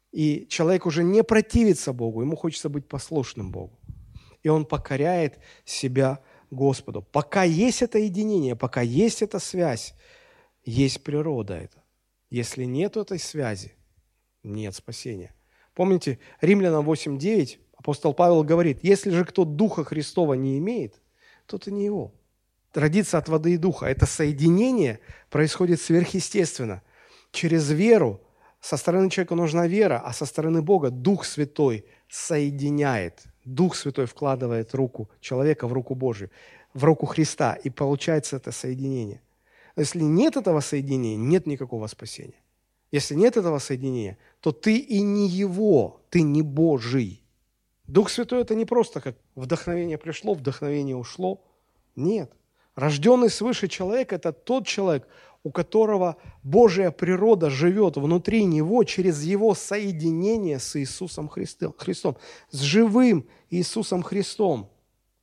И человек уже не противится Богу, ему хочется быть послушным Богу. И он покоряет себя Господу. Пока есть это единение, пока есть эта связь, есть природа эта. Если нет этой связи, нет спасения. Помните, Римлянам восемь девять апостол Павел говорит: если же кто Духа Христова не имеет, то это не его. Родиться от воды и духа. Это соединение происходит сверхъестественно. Через веру. Со стороны человека нужна вера, а со стороны Бога Дух Святой соединяет. Дух Святой вкладывает руку человека в руку Божию, в руку Христа, и получается это соединение. Если нет этого соединения, нет никакого спасения. Если нет этого соединения, то ты и не его, ты не Божий. Дух Святой – это не просто как вдохновение пришло, вдохновение ушло. Нет. Рожденный свыше человек – это тот человек, у которого Божья природа живет внутри него через его соединение с Иисусом Христом, с живым Иисусом Христом.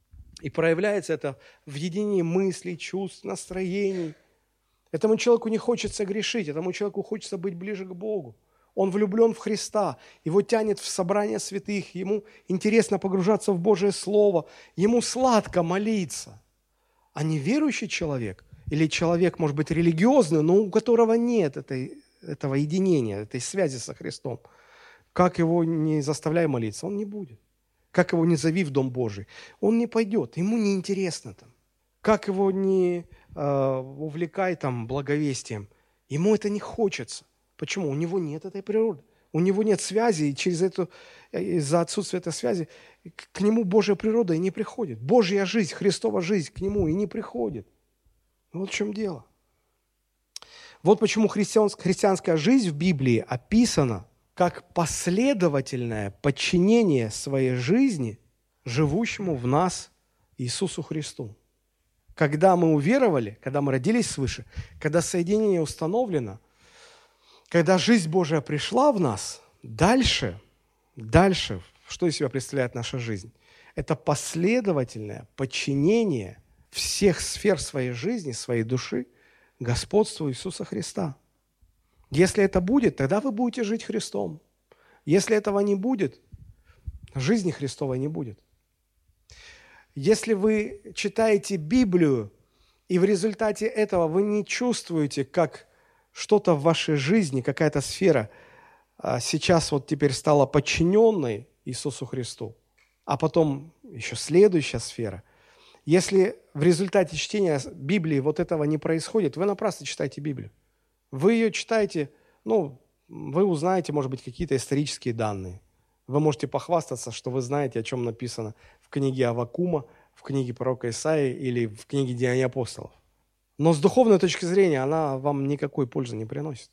И проявляется это в единении мыслей, чувств, настроений. Этому человеку не хочется грешить, этому человеку хочется быть ближе к Богу. Он влюблен в Христа, его тянет в собрание святых, ему интересно погружаться в Божие Слово, ему сладко молиться. А неверующий человек или человек, может быть, религиозный, но у которого нет этой, этого единения, этой связи со Христом, как его не заставляй молиться, он не будет. Как его не зови в Дом Божий, он не пойдет, ему не интересно там. Как его не э, увлекай там благовестием, ему это не хочется. Почему? У него нет этой природы. У него нет связи, и через эту, из-за отсутствия этой связи к нему Божья природа и не приходит. Божья жизнь, Христова жизнь к нему и не приходит. Вот в чем дело. Вот почему христианская жизнь в Библии описана как последовательное подчинение своей жизни живущему в нас Иисусу Христу. Когда мы уверовали, когда мы родились свыше, когда соединение установлено, когда жизнь Божия пришла в нас, дальше, дальше, что из себя представляет наша жизнь? Это последовательное подчинение всех сфер своей жизни, своей души господству Иисуса Христа. Если это будет, тогда вы будете жить Христом. Если этого не будет, жизни Христовой не будет. Если вы читаете Библию, и в результате этого вы не чувствуете, как что-то в вашей жизни, какая-то сфера сейчас вот теперь стала подчиненной Иисусу Христу, а потом еще следующая сфера. Если в результате чтения Библии вот этого не происходит, вы напрасно читаете Библию. Вы ее читаете, ну, вы узнаете, может быть, какие-то исторические данные. Вы можете похвастаться, что вы знаете, о чем написано в книге Аввакума, в книге пророка Исаии или в книге Деяний апостолов. Но с духовной точки зрения она вам никакой пользы не приносит.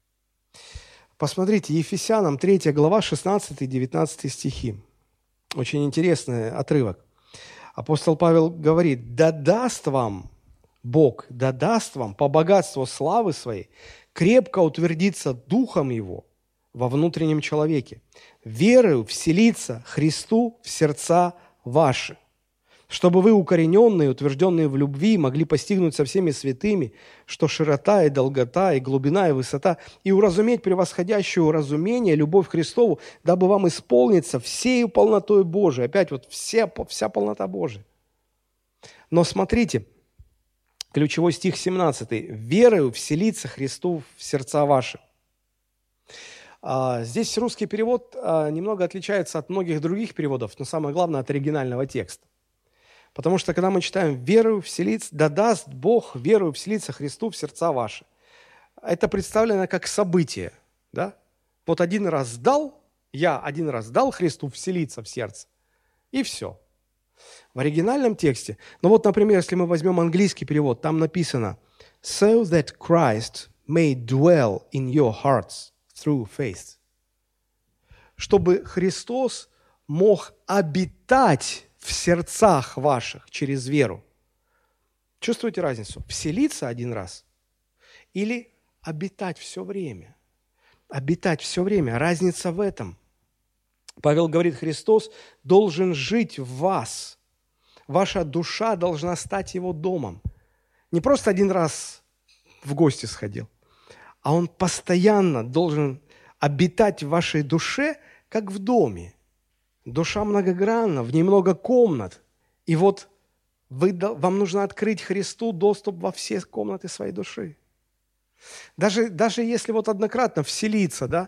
Посмотрите, Ефесянам третья глава, шестнадцатый-девятнадцатый стихи. Очень интересный отрывок. Апостол Павел говорит: «Да даст вам Бог, да даст вам по богатству славы своей крепко утвердиться Духом Его во внутреннем человеке, верою вселиться Христу в сердца ваши, чтобы вы, укорененные, утвержденные в любви, могли постигнуть со всеми святыми, что широта и долгота, и глубина, и высота, и уразуметь превосходящую разумение, любовь к Христову, дабы вам исполниться всею полнотой Божией». Опять вот вся, вся полнота Божия. Но смотрите, ключевой стих семнадцатый. «Верою вселится Христу в сердца ваши». Здесь русский перевод немного отличается от многих других переводов, но самое главное от оригинального текста. Потому что, когда мы читаем «верою вселится», «да даст Бог верою вселиться Христу в сердца ваши», это представлено как событие. Да? Вот один раз дал, я один раз дал Христу вселиться в сердце, и все. В оригинальном тексте, ну вот, например, если мы возьмем английский перевод, там написано «so that Christ may dwell in your hearts through faith». Чтобы Христос мог обитать в сердцах ваших через веру. Чувствуете разницу? Вселиться один раз или обитать все время? Обитать все время. Разница в этом. Павел говорит, Христос должен жить в вас. Ваша душа должна стать его домом. Не просто один раз в гости сходил, а он постоянно должен обитать в вашей душе, как в доме. Душа многогранна, в ней много комнат. И вот вы, вам нужно открыть Христу доступ во все комнаты своей души. Даже, даже если вот однократно вселиться, да,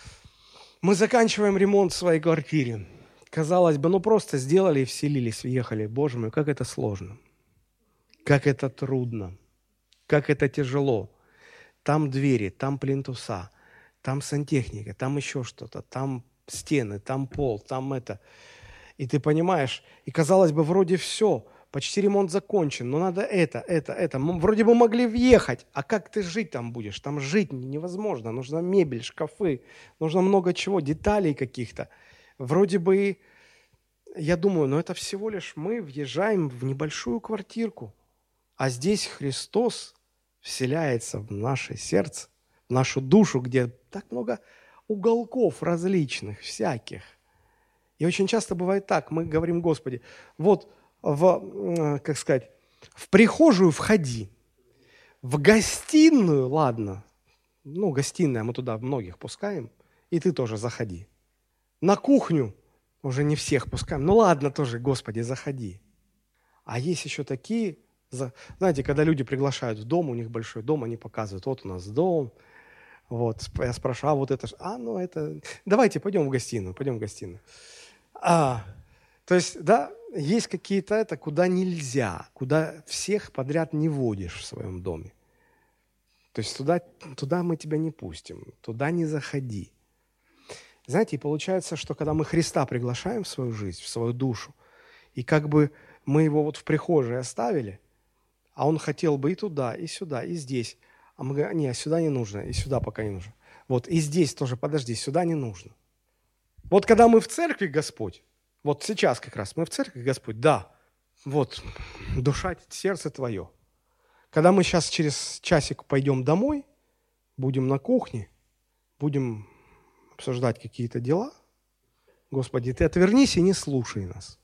мы заканчиваем ремонт в своей квартире. Казалось бы, ну просто сделали и вселились, въехали. Боже мой, как это сложно, как это трудно, как это тяжело. Там двери, там плинтуса, там сантехника, там еще что-то, там стены, там пол, там это. И ты понимаешь, и казалось бы, вроде все, почти ремонт закончен, но надо это, это, это. Мы вроде бы могли въехать, а как ты жить там будешь? Там жить невозможно, нужна мебель, шкафы, нужно много чего, деталей каких-то. Вроде бы, я думаю, ну это всего лишь мы въезжаем в небольшую квартирку, а здесь Христос вселяется в наше сердце, в нашу душу, где так много уголков различных, всяких. И очень часто бывает так, мы говорим, Господи, вот в, как сказать, в прихожую входи, в гостиную, ладно, ну, гостиная, мы туда многих пускаем, и ты тоже заходи. На кухню уже не всех пускаем, ну ладно тоже, Господи, заходи. А есть еще такие, знаете, когда люди приглашают в дом, у них большой дом, они показывают, вот у нас дом. Вот, я спрашиваю, а вот это, а, ну это, давайте пойдем в гостиную, пойдем в гостиную. А, то есть, да, есть какие-то это, куда нельзя, куда всех подряд не водишь в своем доме. То есть туда, туда мы тебя не пустим, туда не заходи. Знаете, и получается, что когда мы Христа приглашаем в свою жизнь, в свою душу, и как бы мы его вот в прихожей оставили, а он хотел бы и туда, и сюда, и здесь, а мы говорим, нет, сюда не нужно, и сюда пока не нужно. Вот, и здесь тоже, подожди, сюда не нужно. Вот когда мы в церкви, Господь, вот сейчас как раз мы в церкви, Господь, да, вот, душа, сердце твое. Когда мы сейчас через часик пойдем домой, будем на кухне, будем обсуждать какие-то дела, Господи, ты отвернись и не слушай нас.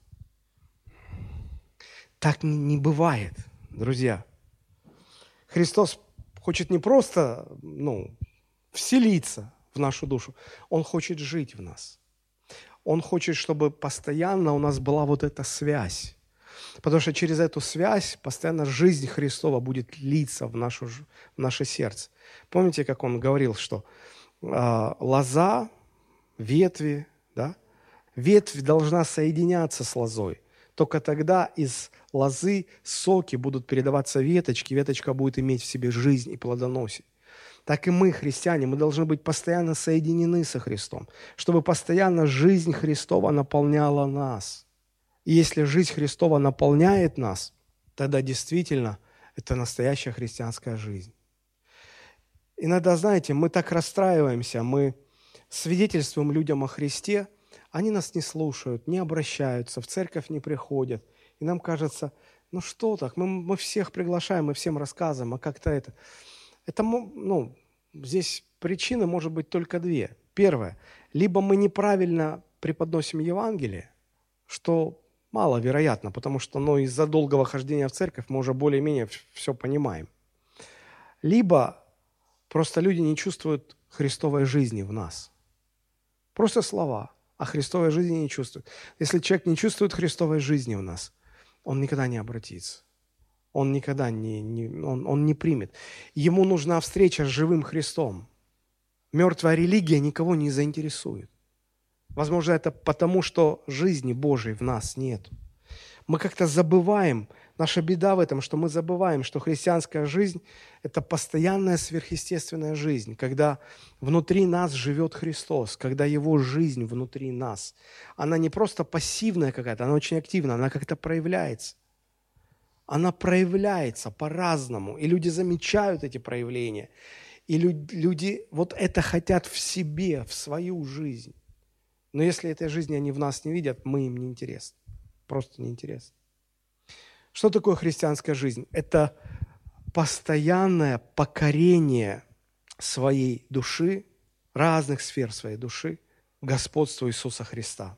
Так не бывает, друзья. Христос хочет не просто, ну, вселиться в нашу душу, Он хочет жить в нас. Он хочет, чтобы постоянно у нас была вот эта связь. Потому что через эту связь постоянно жизнь Христова будет литься в, нашу, в наше сердце. Помните, как Он говорил, что э, лоза, ветви, да? Ветвь должна соединяться с лозой. Только тогда из лозы соки будут передаваться веточке, веточка будет иметь в себе жизнь и плодоносить. Так и мы, христиане, мы должны быть постоянно соединены со Христом, чтобы постоянно жизнь Христова наполняла нас. И если жизнь Христова наполняет нас, тогда действительно это настоящая христианская жизнь. Иногда, знаете, мы так расстраиваемся, мы свидетельствуем людям о Христе, они нас не слушают, не обращаются, в церковь не приходят. И нам кажется, ну что так, мы, мы всех приглашаем, мы всем рассказываем, а как-то это... Это, ну, здесь причины может быть только две. Первое, либо мы неправильно преподносим Евангелие, что Маловероятно, потому что ну, из-за долгого хождения в церковь мы уже более-менее все понимаем. Либо просто люди не чувствуют Христовой жизни в нас. Просто слова, а Христовой жизни не чувствуют. Если человек не чувствует Христовой жизни в нас, он никогда не обратится. Он никогда не, не, он, он не примет. Ему нужна встреча с живым Христом. Мертвая религия никого не заинтересует. Возможно, это потому, что жизни Божией в нас нет. Мы как-то забываем, наша беда в этом, что мы забываем, что христианская жизнь – это постоянная сверхъестественная жизнь, когда внутри нас живет Христос, когда Его жизнь внутри нас. Она не просто пассивная какая-то, она очень активная, она как-то проявляется. Она проявляется по-разному, и люди замечают эти проявления, и люди вот это хотят в себе, в свою жизнь. Но если этой жизни они в нас не видят, мы им не интересны. Просто не интересны. Что такое христианская жизнь? Это постоянное покорение своей души, разных сфер своей души, господству Иисуса Христа.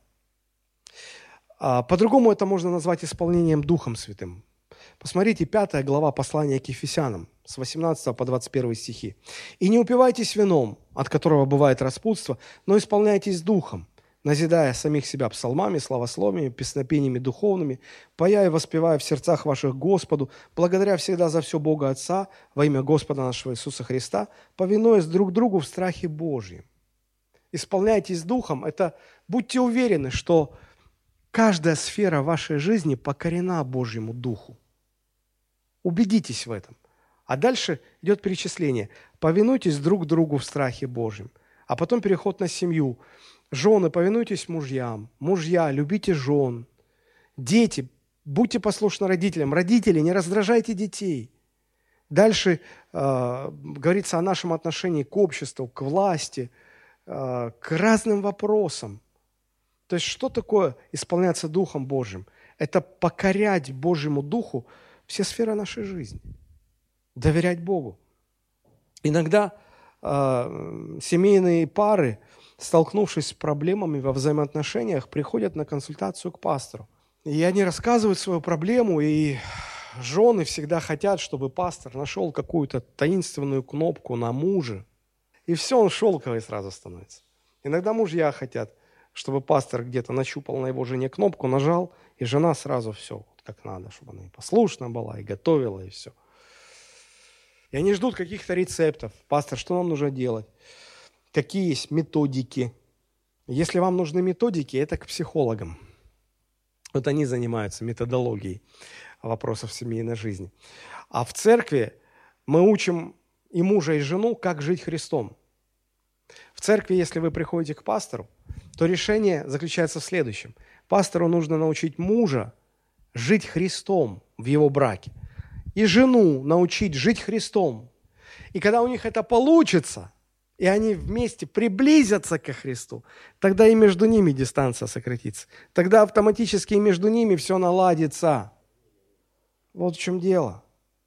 По-другому это можно назвать исполнением Духом Святым. Посмотрите, пятая глава послания к Ефесянам, с восемнадцатого по двадцать первый стихи. «И не упивайтесь вином, от которого бывает распутство, но исполняйтесь Духом, назидая самих себя псалмами, славословиями, песнопениями духовными, поя и воспевая в сердцах ваших Господу, благодаря всегда за все Бога Отца во имя Господа нашего Иисуса Христа, повинуясь друг другу в страхе Божьем». Исполняйтесь Духом – это будьте уверены, что каждая сфера вашей жизни покорена Божьему Духу. Убедитесь в этом. А дальше идет перечисление. Повинуйтесь друг другу в страхе Божьем. А потом переход на семью. Жены, повинуйтесь мужьям. Мужья, любите жен. Дети, будьте послушны родителям. Родители, не раздражайте детей. Дальше э, говорится о нашем отношении к обществу, к власти, э, к разным вопросам. То есть что такое исполняться Духом Божьим? Это покорять Божьему Духу все сферы нашей жизни. Доверять Богу. Иногда э, семейные пары, столкнувшись с проблемами во взаимоотношениях, приходят на консультацию к пастору. И они рассказывают свою проблему, и жены всегда хотят, чтобы пастор нашел какую-то таинственную кнопку на мужа, и все, он шелковый сразу становится. Иногда мужья хотят, чтобы пастор где-то нащупал на его жене кнопку, нажал, и жена сразу все как надо, чтобы она и послушна была, и готовила, и все. И они ждут каких-то рецептов. Пастор, что нам нужно делать? Какие есть методики? Если вам нужны методики, это к психологам. Вот они занимаются методологией вопросов семейной жизни. А в церкви мы учим и мужа, и жену, как жить Христом. В церкви, если вы приходите к пастору, то решение заключается в следующем. Пастору нужно научить мужа жить Христом в его браке. И жену научить жить Христом. И когда у них это получится, и они вместе приблизятся ко Христу, тогда и между ними дистанция сократится. Тогда автоматически и между ними все наладится. Вот в чем дело.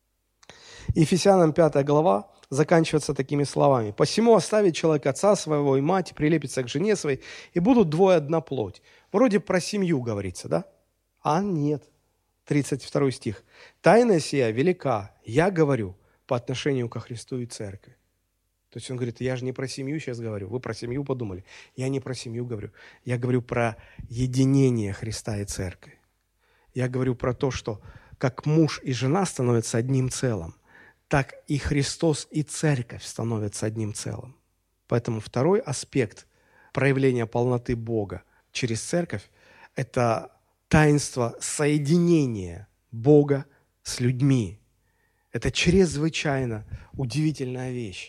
Ефесянам пятая глава заканчивается такими словами. «Посему оставит человек отца своего и мать, прилепится к жене своей, и будут двое одна плоть». Вроде про семью говорится, да? А нет. тридцать второй стих. «Тайна сия велика, я говорю, по отношению ко Христу и церкви». То есть он говорит, я же не про семью сейчас говорю, вы про семью подумали. Я не про семью говорю, я говорю про единение Христа и церкви. Я говорю про то, что как муж и жена становятся одним целым, так и Христос и церковь становятся одним целым. Поэтому второй аспект проявления полноты Бога через церковь – это таинство соединения Бога с людьми. Это чрезвычайно удивительная вещь.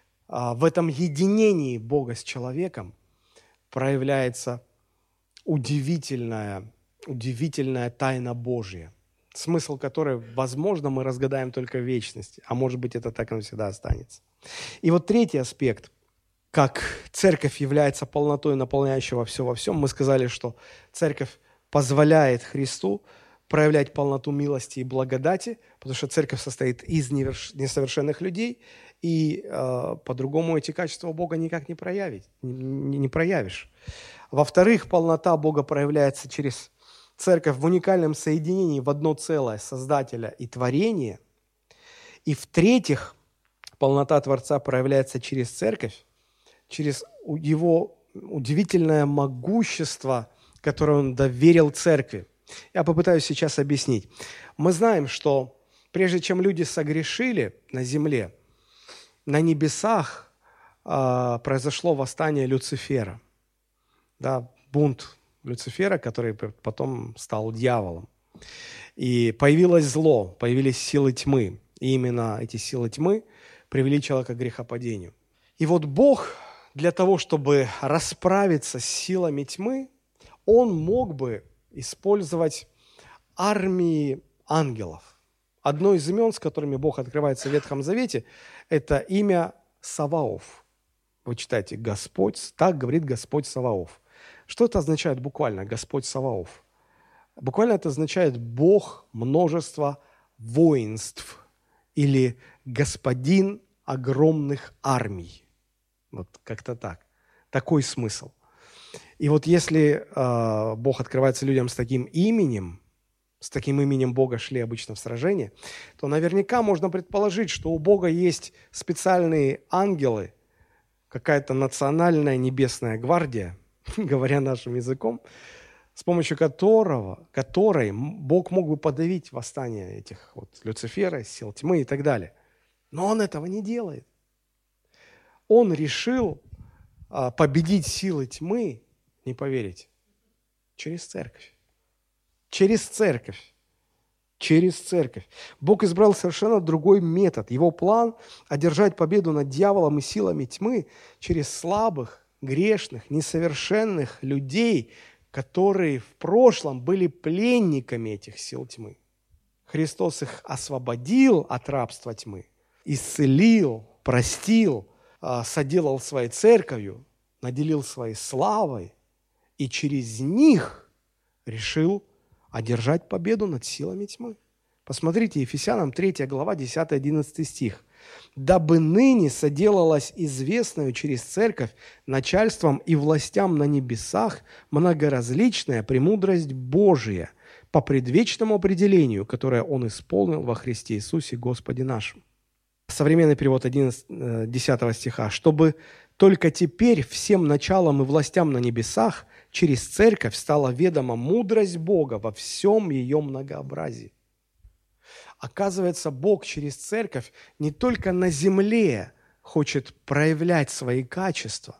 В этом единении Бога с человеком проявляется удивительная, удивительная тайна Божья, смысл которой, возможно, мы разгадаем только в вечности, а может быть, это так навсегда останется. И вот третий аспект, как церковь является полнотой наполняющего все во всем, мы сказали, что церковь позволяет Христу проявлять полноту милости и благодати, потому что церковь состоит из несовершенных людей, и э, по-другому эти качества Бога никак не проявить, не, не проявишь. Во-вторых, полнота Бога проявляется через церковь в уникальном соединении в одно целое Создателя и творения. И в-третьих, полнота Творца проявляется через церковь, через его удивительное могущество, которое он доверил церкви. Я попытаюсь сейчас объяснить. Мы знаем, что прежде чем люди согрешили на земле, на небесах э, произошло восстание Люцифера, да, бунт Люцифера, который потом стал дьяволом. И появилось зло, появились силы тьмы. И именно эти силы тьмы привели человека к грехопадению. И вот Бог для того, чтобы расправиться с силами тьмы, Он мог бы использовать армии ангелов. Одно из имен, с которыми Бог открывается в Ветхом Завете, это имя Саваоф. Вы читаете «Господь», так говорит Господь Саваоф. Что это означает буквально «Господь Саваоф»? Буквально это означает «Бог множества воинств» или «Господин огромных армий». Вот как-то так. Такой смысл. И вот если э, Бог открывается людям с таким именем, с таким именем Бога шли обычно в сражение, то наверняка можно предположить, что у Бога есть специальные ангелы, какая-то национальная небесная гвардия, говоря нашим языком, с помощью которого, которой Бог мог бы подавить восстание этих вот Люцифера, сил тьмы и так далее. Но Он этого не делает. Он решил а, победить силы тьмы, не поверите, через церковь. Через церковь. Через церковь. Бог избрал совершенно другой метод. Его план – одержать победу над дьяволом и силами тьмы через слабых, грешных, несовершенных людей, которые в прошлом были пленниками этих сил тьмы. Христос их освободил от рабства тьмы, исцелил, простил, соделал своей церковью, наделил своей славой и через них решил одержать победу над силами тьмы. Посмотрите, Ефесянам третья глава, десятый-одиннадцатый стих. «Дабы ныне соделалась известную через церковь начальством и властям на небесах многоразличная премудрость Божия по предвечному определению, которое Он исполнил во Христе Иисусе Господе нашим». Современный перевод десятого стиха. «Чтобы только теперь всем началам и властям на небесах через церковь стала ведома мудрость Бога во всем ее многообразии». Оказывается, Бог через церковь не только на земле хочет проявлять свои качества,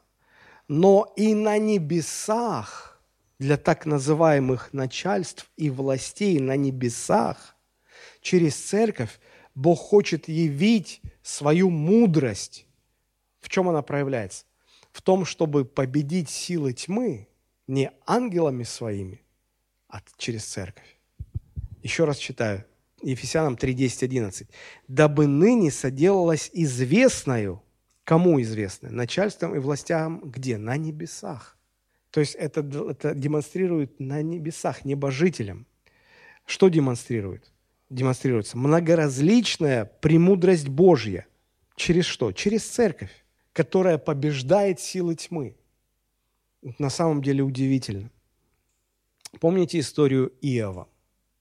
но и на небесах для так называемых начальств и властей на небесах. Через церковь Бог хочет явить свою мудрость. В чем она проявляется? В том, чтобы победить силы тьмы не ангелами своими, а через церковь. Еще раз читаю. Ефесянам три, десять, одиннадцать. «Дабы ныне соделалось известною». Кому известно? Начальством и властям где? На небесах. То есть это, это демонстрирует на небесах, небожителям. Что демонстрирует? Демонстрируется многоразличная премудрость Божья. Через что? Через церковь, которая побеждает силы тьмы. На самом деле удивительно. Помните историю Иова?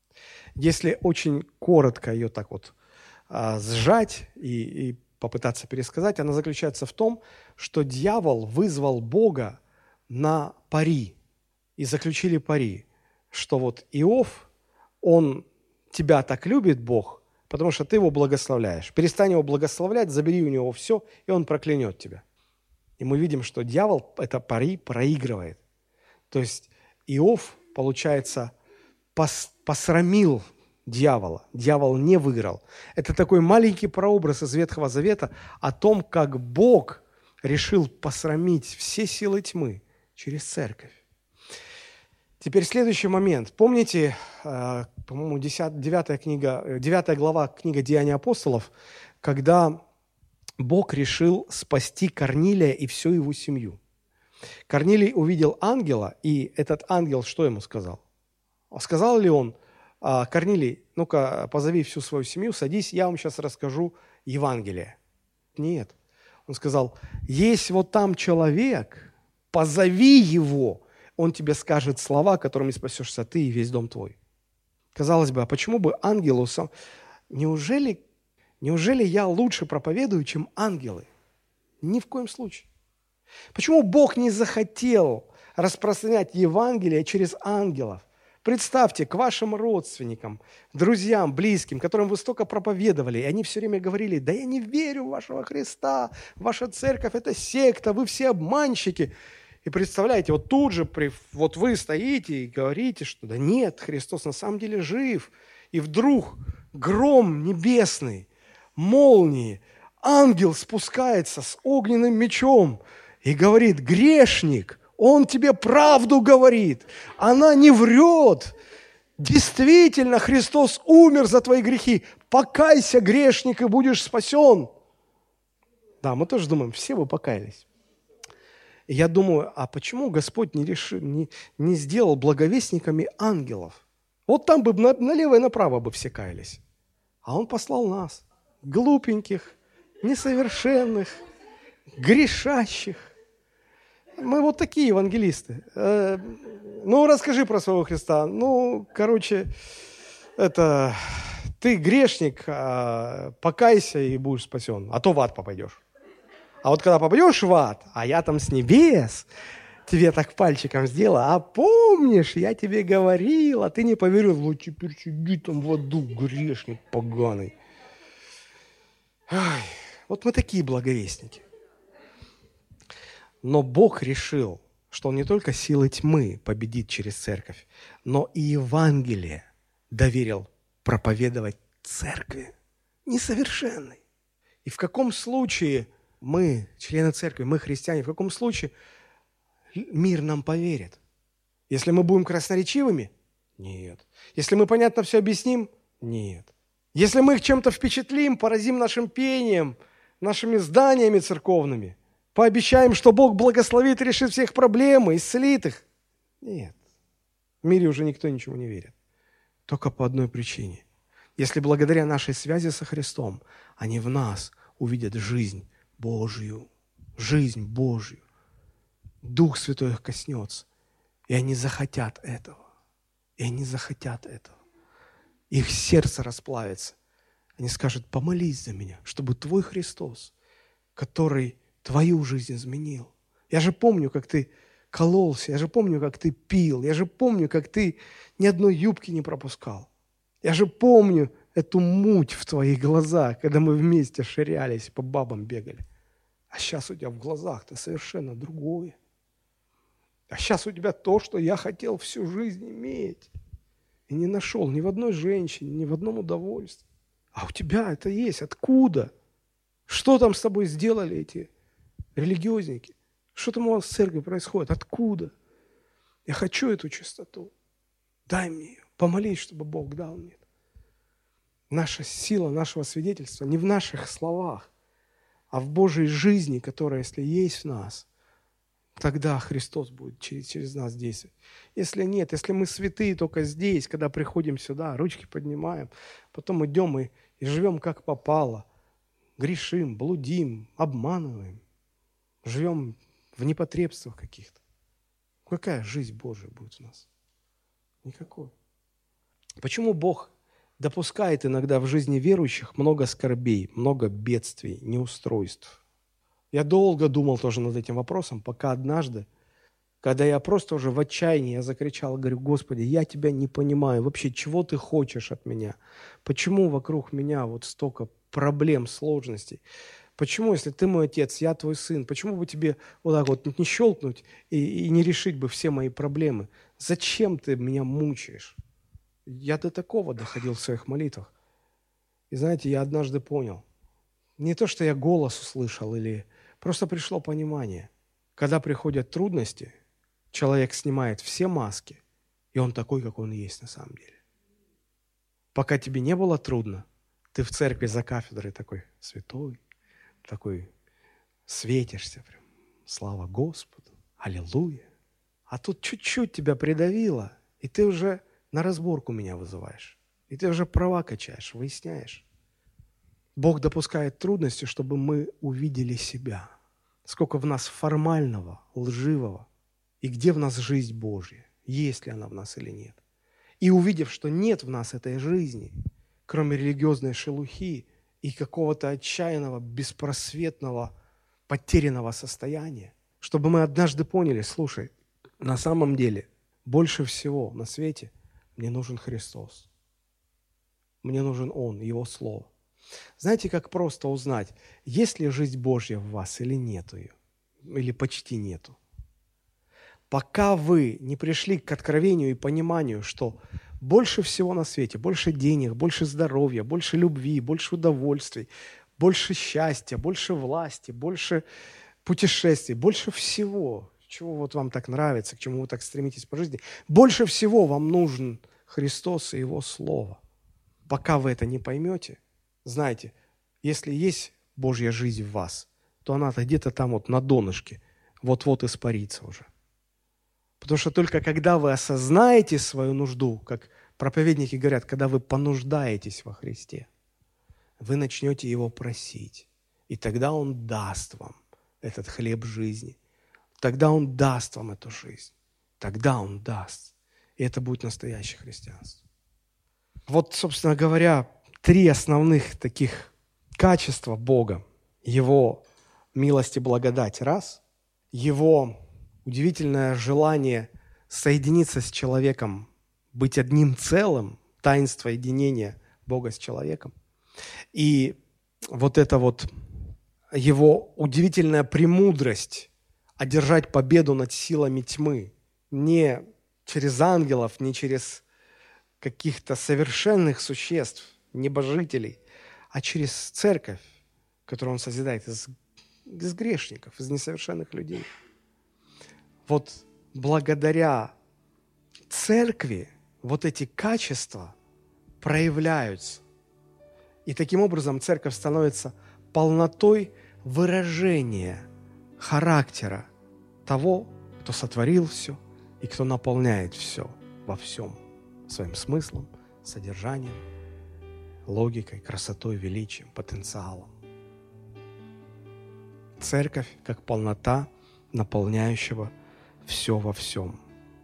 Если очень коротко ее так вот а, сжать и, и попытаться пересказать, она заключается в том, что дьявол вызвал Бога на пари. И заключили пари, что вот Иов, он, тебя так любит Бог, потому что ты его благословляешь. Перестань его благословлять, забери у него все, и он проклянет тебя. И мы видим, что дьявол это пари проигрывает. То есть Иов, получается, пос, посрамил дьявола. Дьявол не выиграл. Это такой маленький прообраз из Ветхого Завета о том, как Бог решил посрамить все силы тьмы через церковь. Теперь следующий момент. Помните, по-моему, девятая книга, девятая глава книга «Деяния апостолов», когда Бог решил спасти Корнилия и всю его семью. Корнилий увидел ангела, и этот ангел что ему сказал? Сказал ли он: «Корнилий, ну-ка, позови всю свою семью, садись, я вам сейчас расскажу Евангелие»? Нет. Он сказал: «Есть вот там человек, позови его, Он тебе скажет слова, которыми спасешься ты и весь дом твой. Казалось бы, а почему бы ангелу сам... Неужели, неужели я лучше проповедую, чем ангелы? Ни в коем случае. Почему Бог не захотел распространять Евангелие через ангелов? Представьте, к вашим родственникам, друзьям, близким, которым вы столько проповедовали, и они все время говорили: да я не верю в вашего Христа, ваша церковь – это секта, вы все обманщики. И представляете, вот тут же вот вы стоите и говорите, что да нет, Христос на самом деле жив. И вдруг гром небесный, молнии, ангел спускается с огненным мечом и говорит: грешник, он тебе правду говорит, она не врет. Действительно, Христос умер за твои грехи. Покайся, грешник, и будешь спасен. Да, мы тоже думаем, все бы покаялись. И я думаю, а почему Господь не, решил, не, не сделал благовестниками ангелов? Вот там бы на, налево и направо бы все каялись. А Он послал нас, глупеньких, несовершенных, грешащих. Мы вот такие евангелисты. Э, ну, расскажи про своего Христа. Ну, короче, это ты грешник, а, покайся и будешь спасен, а то в ад попадешь. А вот когда попадешь в ад, а я там с небес тебе так пальчиком сделал, а помнишь, я тебе говорил, а ты не поверил, вот теперь сиди там в аду, грешник поганый. Ай, вот мы такие благовестники. Но Бог решил, что Он не только силой тьмы победит через церковь, но и Евангелие доверил проповедовать церкви несовершенной. И в каком случае мы, члены церкви, мы христиане, в каком случае мир нам поверит? Если мы будем красноречивыми? Нет. Если мы понятно все объясним? Нет. Если мы их чем-то впечатлим, поразим нашим пением, нашими зданиями церковными, пообещаем, что Бог благословит и решит всех проблем, исцелит их? Нет. В мире уже никто ничему не верит. Только по одной причине. Если благодаря нашей связи со Христом они в нас увидят жизнь Божью, жизнь Божью, Дух Святой их коснется, и они захотят этого. И они захотят этого. Их сердце расплавится. Они скажут: помолись за меня, чтобы твой Христос, который твою жизнь изменил. Я же помню, как ты кололся, я же помню, как ты пил, я же помню, как ты ни одной юбки не пропускал. Я же помню эту муть в твоих глазах, когда мы вместе ширялись, по бабам бегали. А сейчас у тебя в глазах-то совершенно другое. А сейчас у тебя то, что я хотел всю жизнь иметь. И не нашел ни в одной женщине, ни в одном удовольствии. А у тебя это есть. Откуда? Что там с тобой сделали эти религиозники? Что там у вас в церкви происходит? Откуда? Я хочу эту чистоту. Дай мне ее. Помолись, чтобы Бог дал мне это. Наша сила нашего свидетельства не в наших словах, а в Божьей жизни, которая, если есть в нас, тогда Христос будет через, через нас действовать. Если нет, если мы святые только здесь, когда приходим сюда, ручки поднимаем, потом идем и, и живем как попало, грешим, блудим, обманываем, живем в непотребствах каких-то. Какая жизнь Божия будет у нас? Никакой. Почему Бог допускает иногда в жизни верующих много скорбей, много бедствий, неустройств? Я долго думал тоже над этим вопросом, пока однажды, когда я просто уже в отчаянии, я закричал, говорю: Господи, я Тебя не понимаю, вообще, чего Ты хочешь от меня? Почему вокруг меня вот столько проблем, сложностей? Почему, если Ты мой отец, я Твой сын, почему бы Тебе вот так вот не щелкнуть и, и не решить бы все мои проблемы? Зачем Ты меня мучаешь? Я до такого доходил в своих молитвах. И знаете, я однажды понял, не то, что я голос услышал, или просто пришло понимание. Когда приходят трудности, человек снимает все маски, и он такой, как он есть на самом деле. Пока тебе не было трудно, ты в церкви за кафедрой такой святой, такой светишься прям. Слава Господу, аллилуйя. А тут чуть-чуть тебя придавило, и ты уже на разборку меня вызываешь. И ты уже права качаешь, выясняешь. Бог допускает трудности, чтобы мы увидели себя. Сколько в нас формального, лживого, и где в нас жизнь Божья, есть ли она в нас или нет. И увидев, что нет в нас этой жизни, кроме религиозной шелухи и какого-то отчаянного, беспросветного, потерянного состояния, чтобы мы однажды поняли, слушай, на самом деле больше всего на свете мне нужен Христос. Мне нужен Он, Его Слово. Знаете, как просто узнать, есть ли жизнь Божья в вас или нету ее, или почти нету? Пока вы не пришли к откровению и пониманию, что больше всего на свете, больше денег, больше здоровья, больше любви, больше удовольствий, больше счастья, больше власти, больше путешествий, больше всего, чего вот вам так нравится, к чему вы так стремитесь по жизни, больше всего вам нужен Христос и Его Слово. Пока вы это не поймете, знаете, если есть Божья жизнь в вас, то она где-то там вот на донышке вот-вот испарится уже. Потому что только когда вы осознаете свою нужду, как проповедники говорят, когда вы понуждаетесь во Христе, вы начнете Его просить. И тогда Он даст вам этот хлеб жизни. Тогда Он даст вам эту жизнь. Тогда Он даст. И это будет настоящее христианство. Вот, собственно говоря, три основных таких качества Бога. Его милость и благодать – раз. Его удивительное желание соединиться с человеком, быть одним целым, таинство единения Бога с человеком. И вот это вот Его удивительная премудрость одержать победу над силами тьмы не через ангелов, не через каких-то совершенных существ, небожителей, а через церковь, которую Он созидает из, из грешников, из несовершенных людей. Вот благодаря церкви вот эти качества проявляются. И таким образом церковь становится полнотой выражения характера того, кто сотворил все и кто наполняет все во всем своим смыслом, содержанием, логикой, красотой, величием, потенциалом. Церковь как полнота наполняющего все во всем.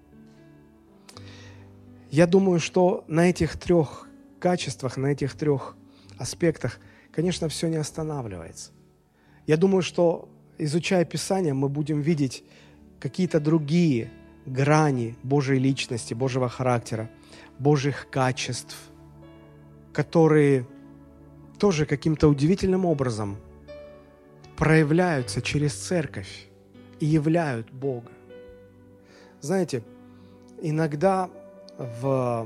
Я думаю, что на этих трех качествах, на этих трех аспектах, конечно, все не останавливается. Я думаю, что, изучая Писание, мы будем видеть какие-то другие грани Божьей личности, Божьего характера, Божьих качеств, которые тоже каким-то удивительным образом проявляются через церковь и являют Бога. Знаете, иногда в,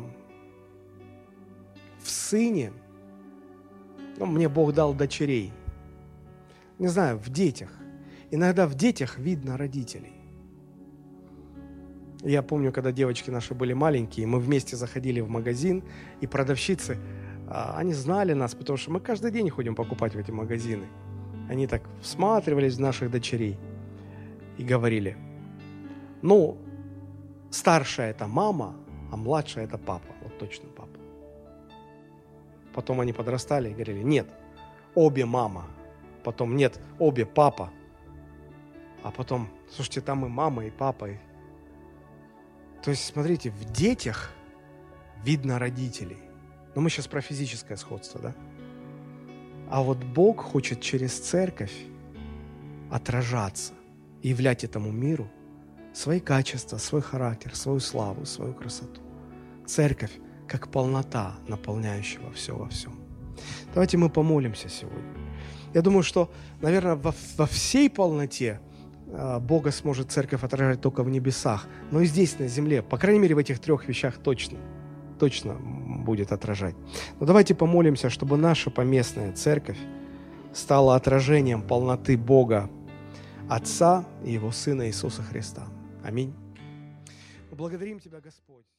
в сыне, ну, мне Бог дал дочерей, не знаю, в детях, иногда в детях видно родителей. Я помню, когда девочки наши были маленькие, мы вместе заходили в магазин, и продавщицы, они знали нас, потому что мы каждый день ходим покупать в эти магазины. Они так всматривались в наших дочерей и говорили: ну, старшая – это мама, а младшая – это папа. Вот точно папа. Потом они подрастали и говорили: нет, обе мама. Потом: нет, обе папа. А потом: слушайте, там и мама, и папа. То есть, смотрите, в детях видно родителей. Но мы сейчас про физическое сходство, да? А вот Бог хочет через церковь отражаться и являть этому миру свои качества, свой характер, свою славу, свою красоту. Церковь как полнота, наполняющего все во всем. Давайте мы помолимся сегодня. Я думаю, что, наверное, во, во всей полноте э, Бога сможет церковь отражать только в небесах, но и здесь, на земле, по крайней мере, в этих трех вещах точно, точно будет отражать. Но давайте помолимся, чтобы наша поместная церковь стала отражением полноты Бога, Отца и Его Сына Иисуса Христа. Аминь. Мы благодарим Тебя, Господь.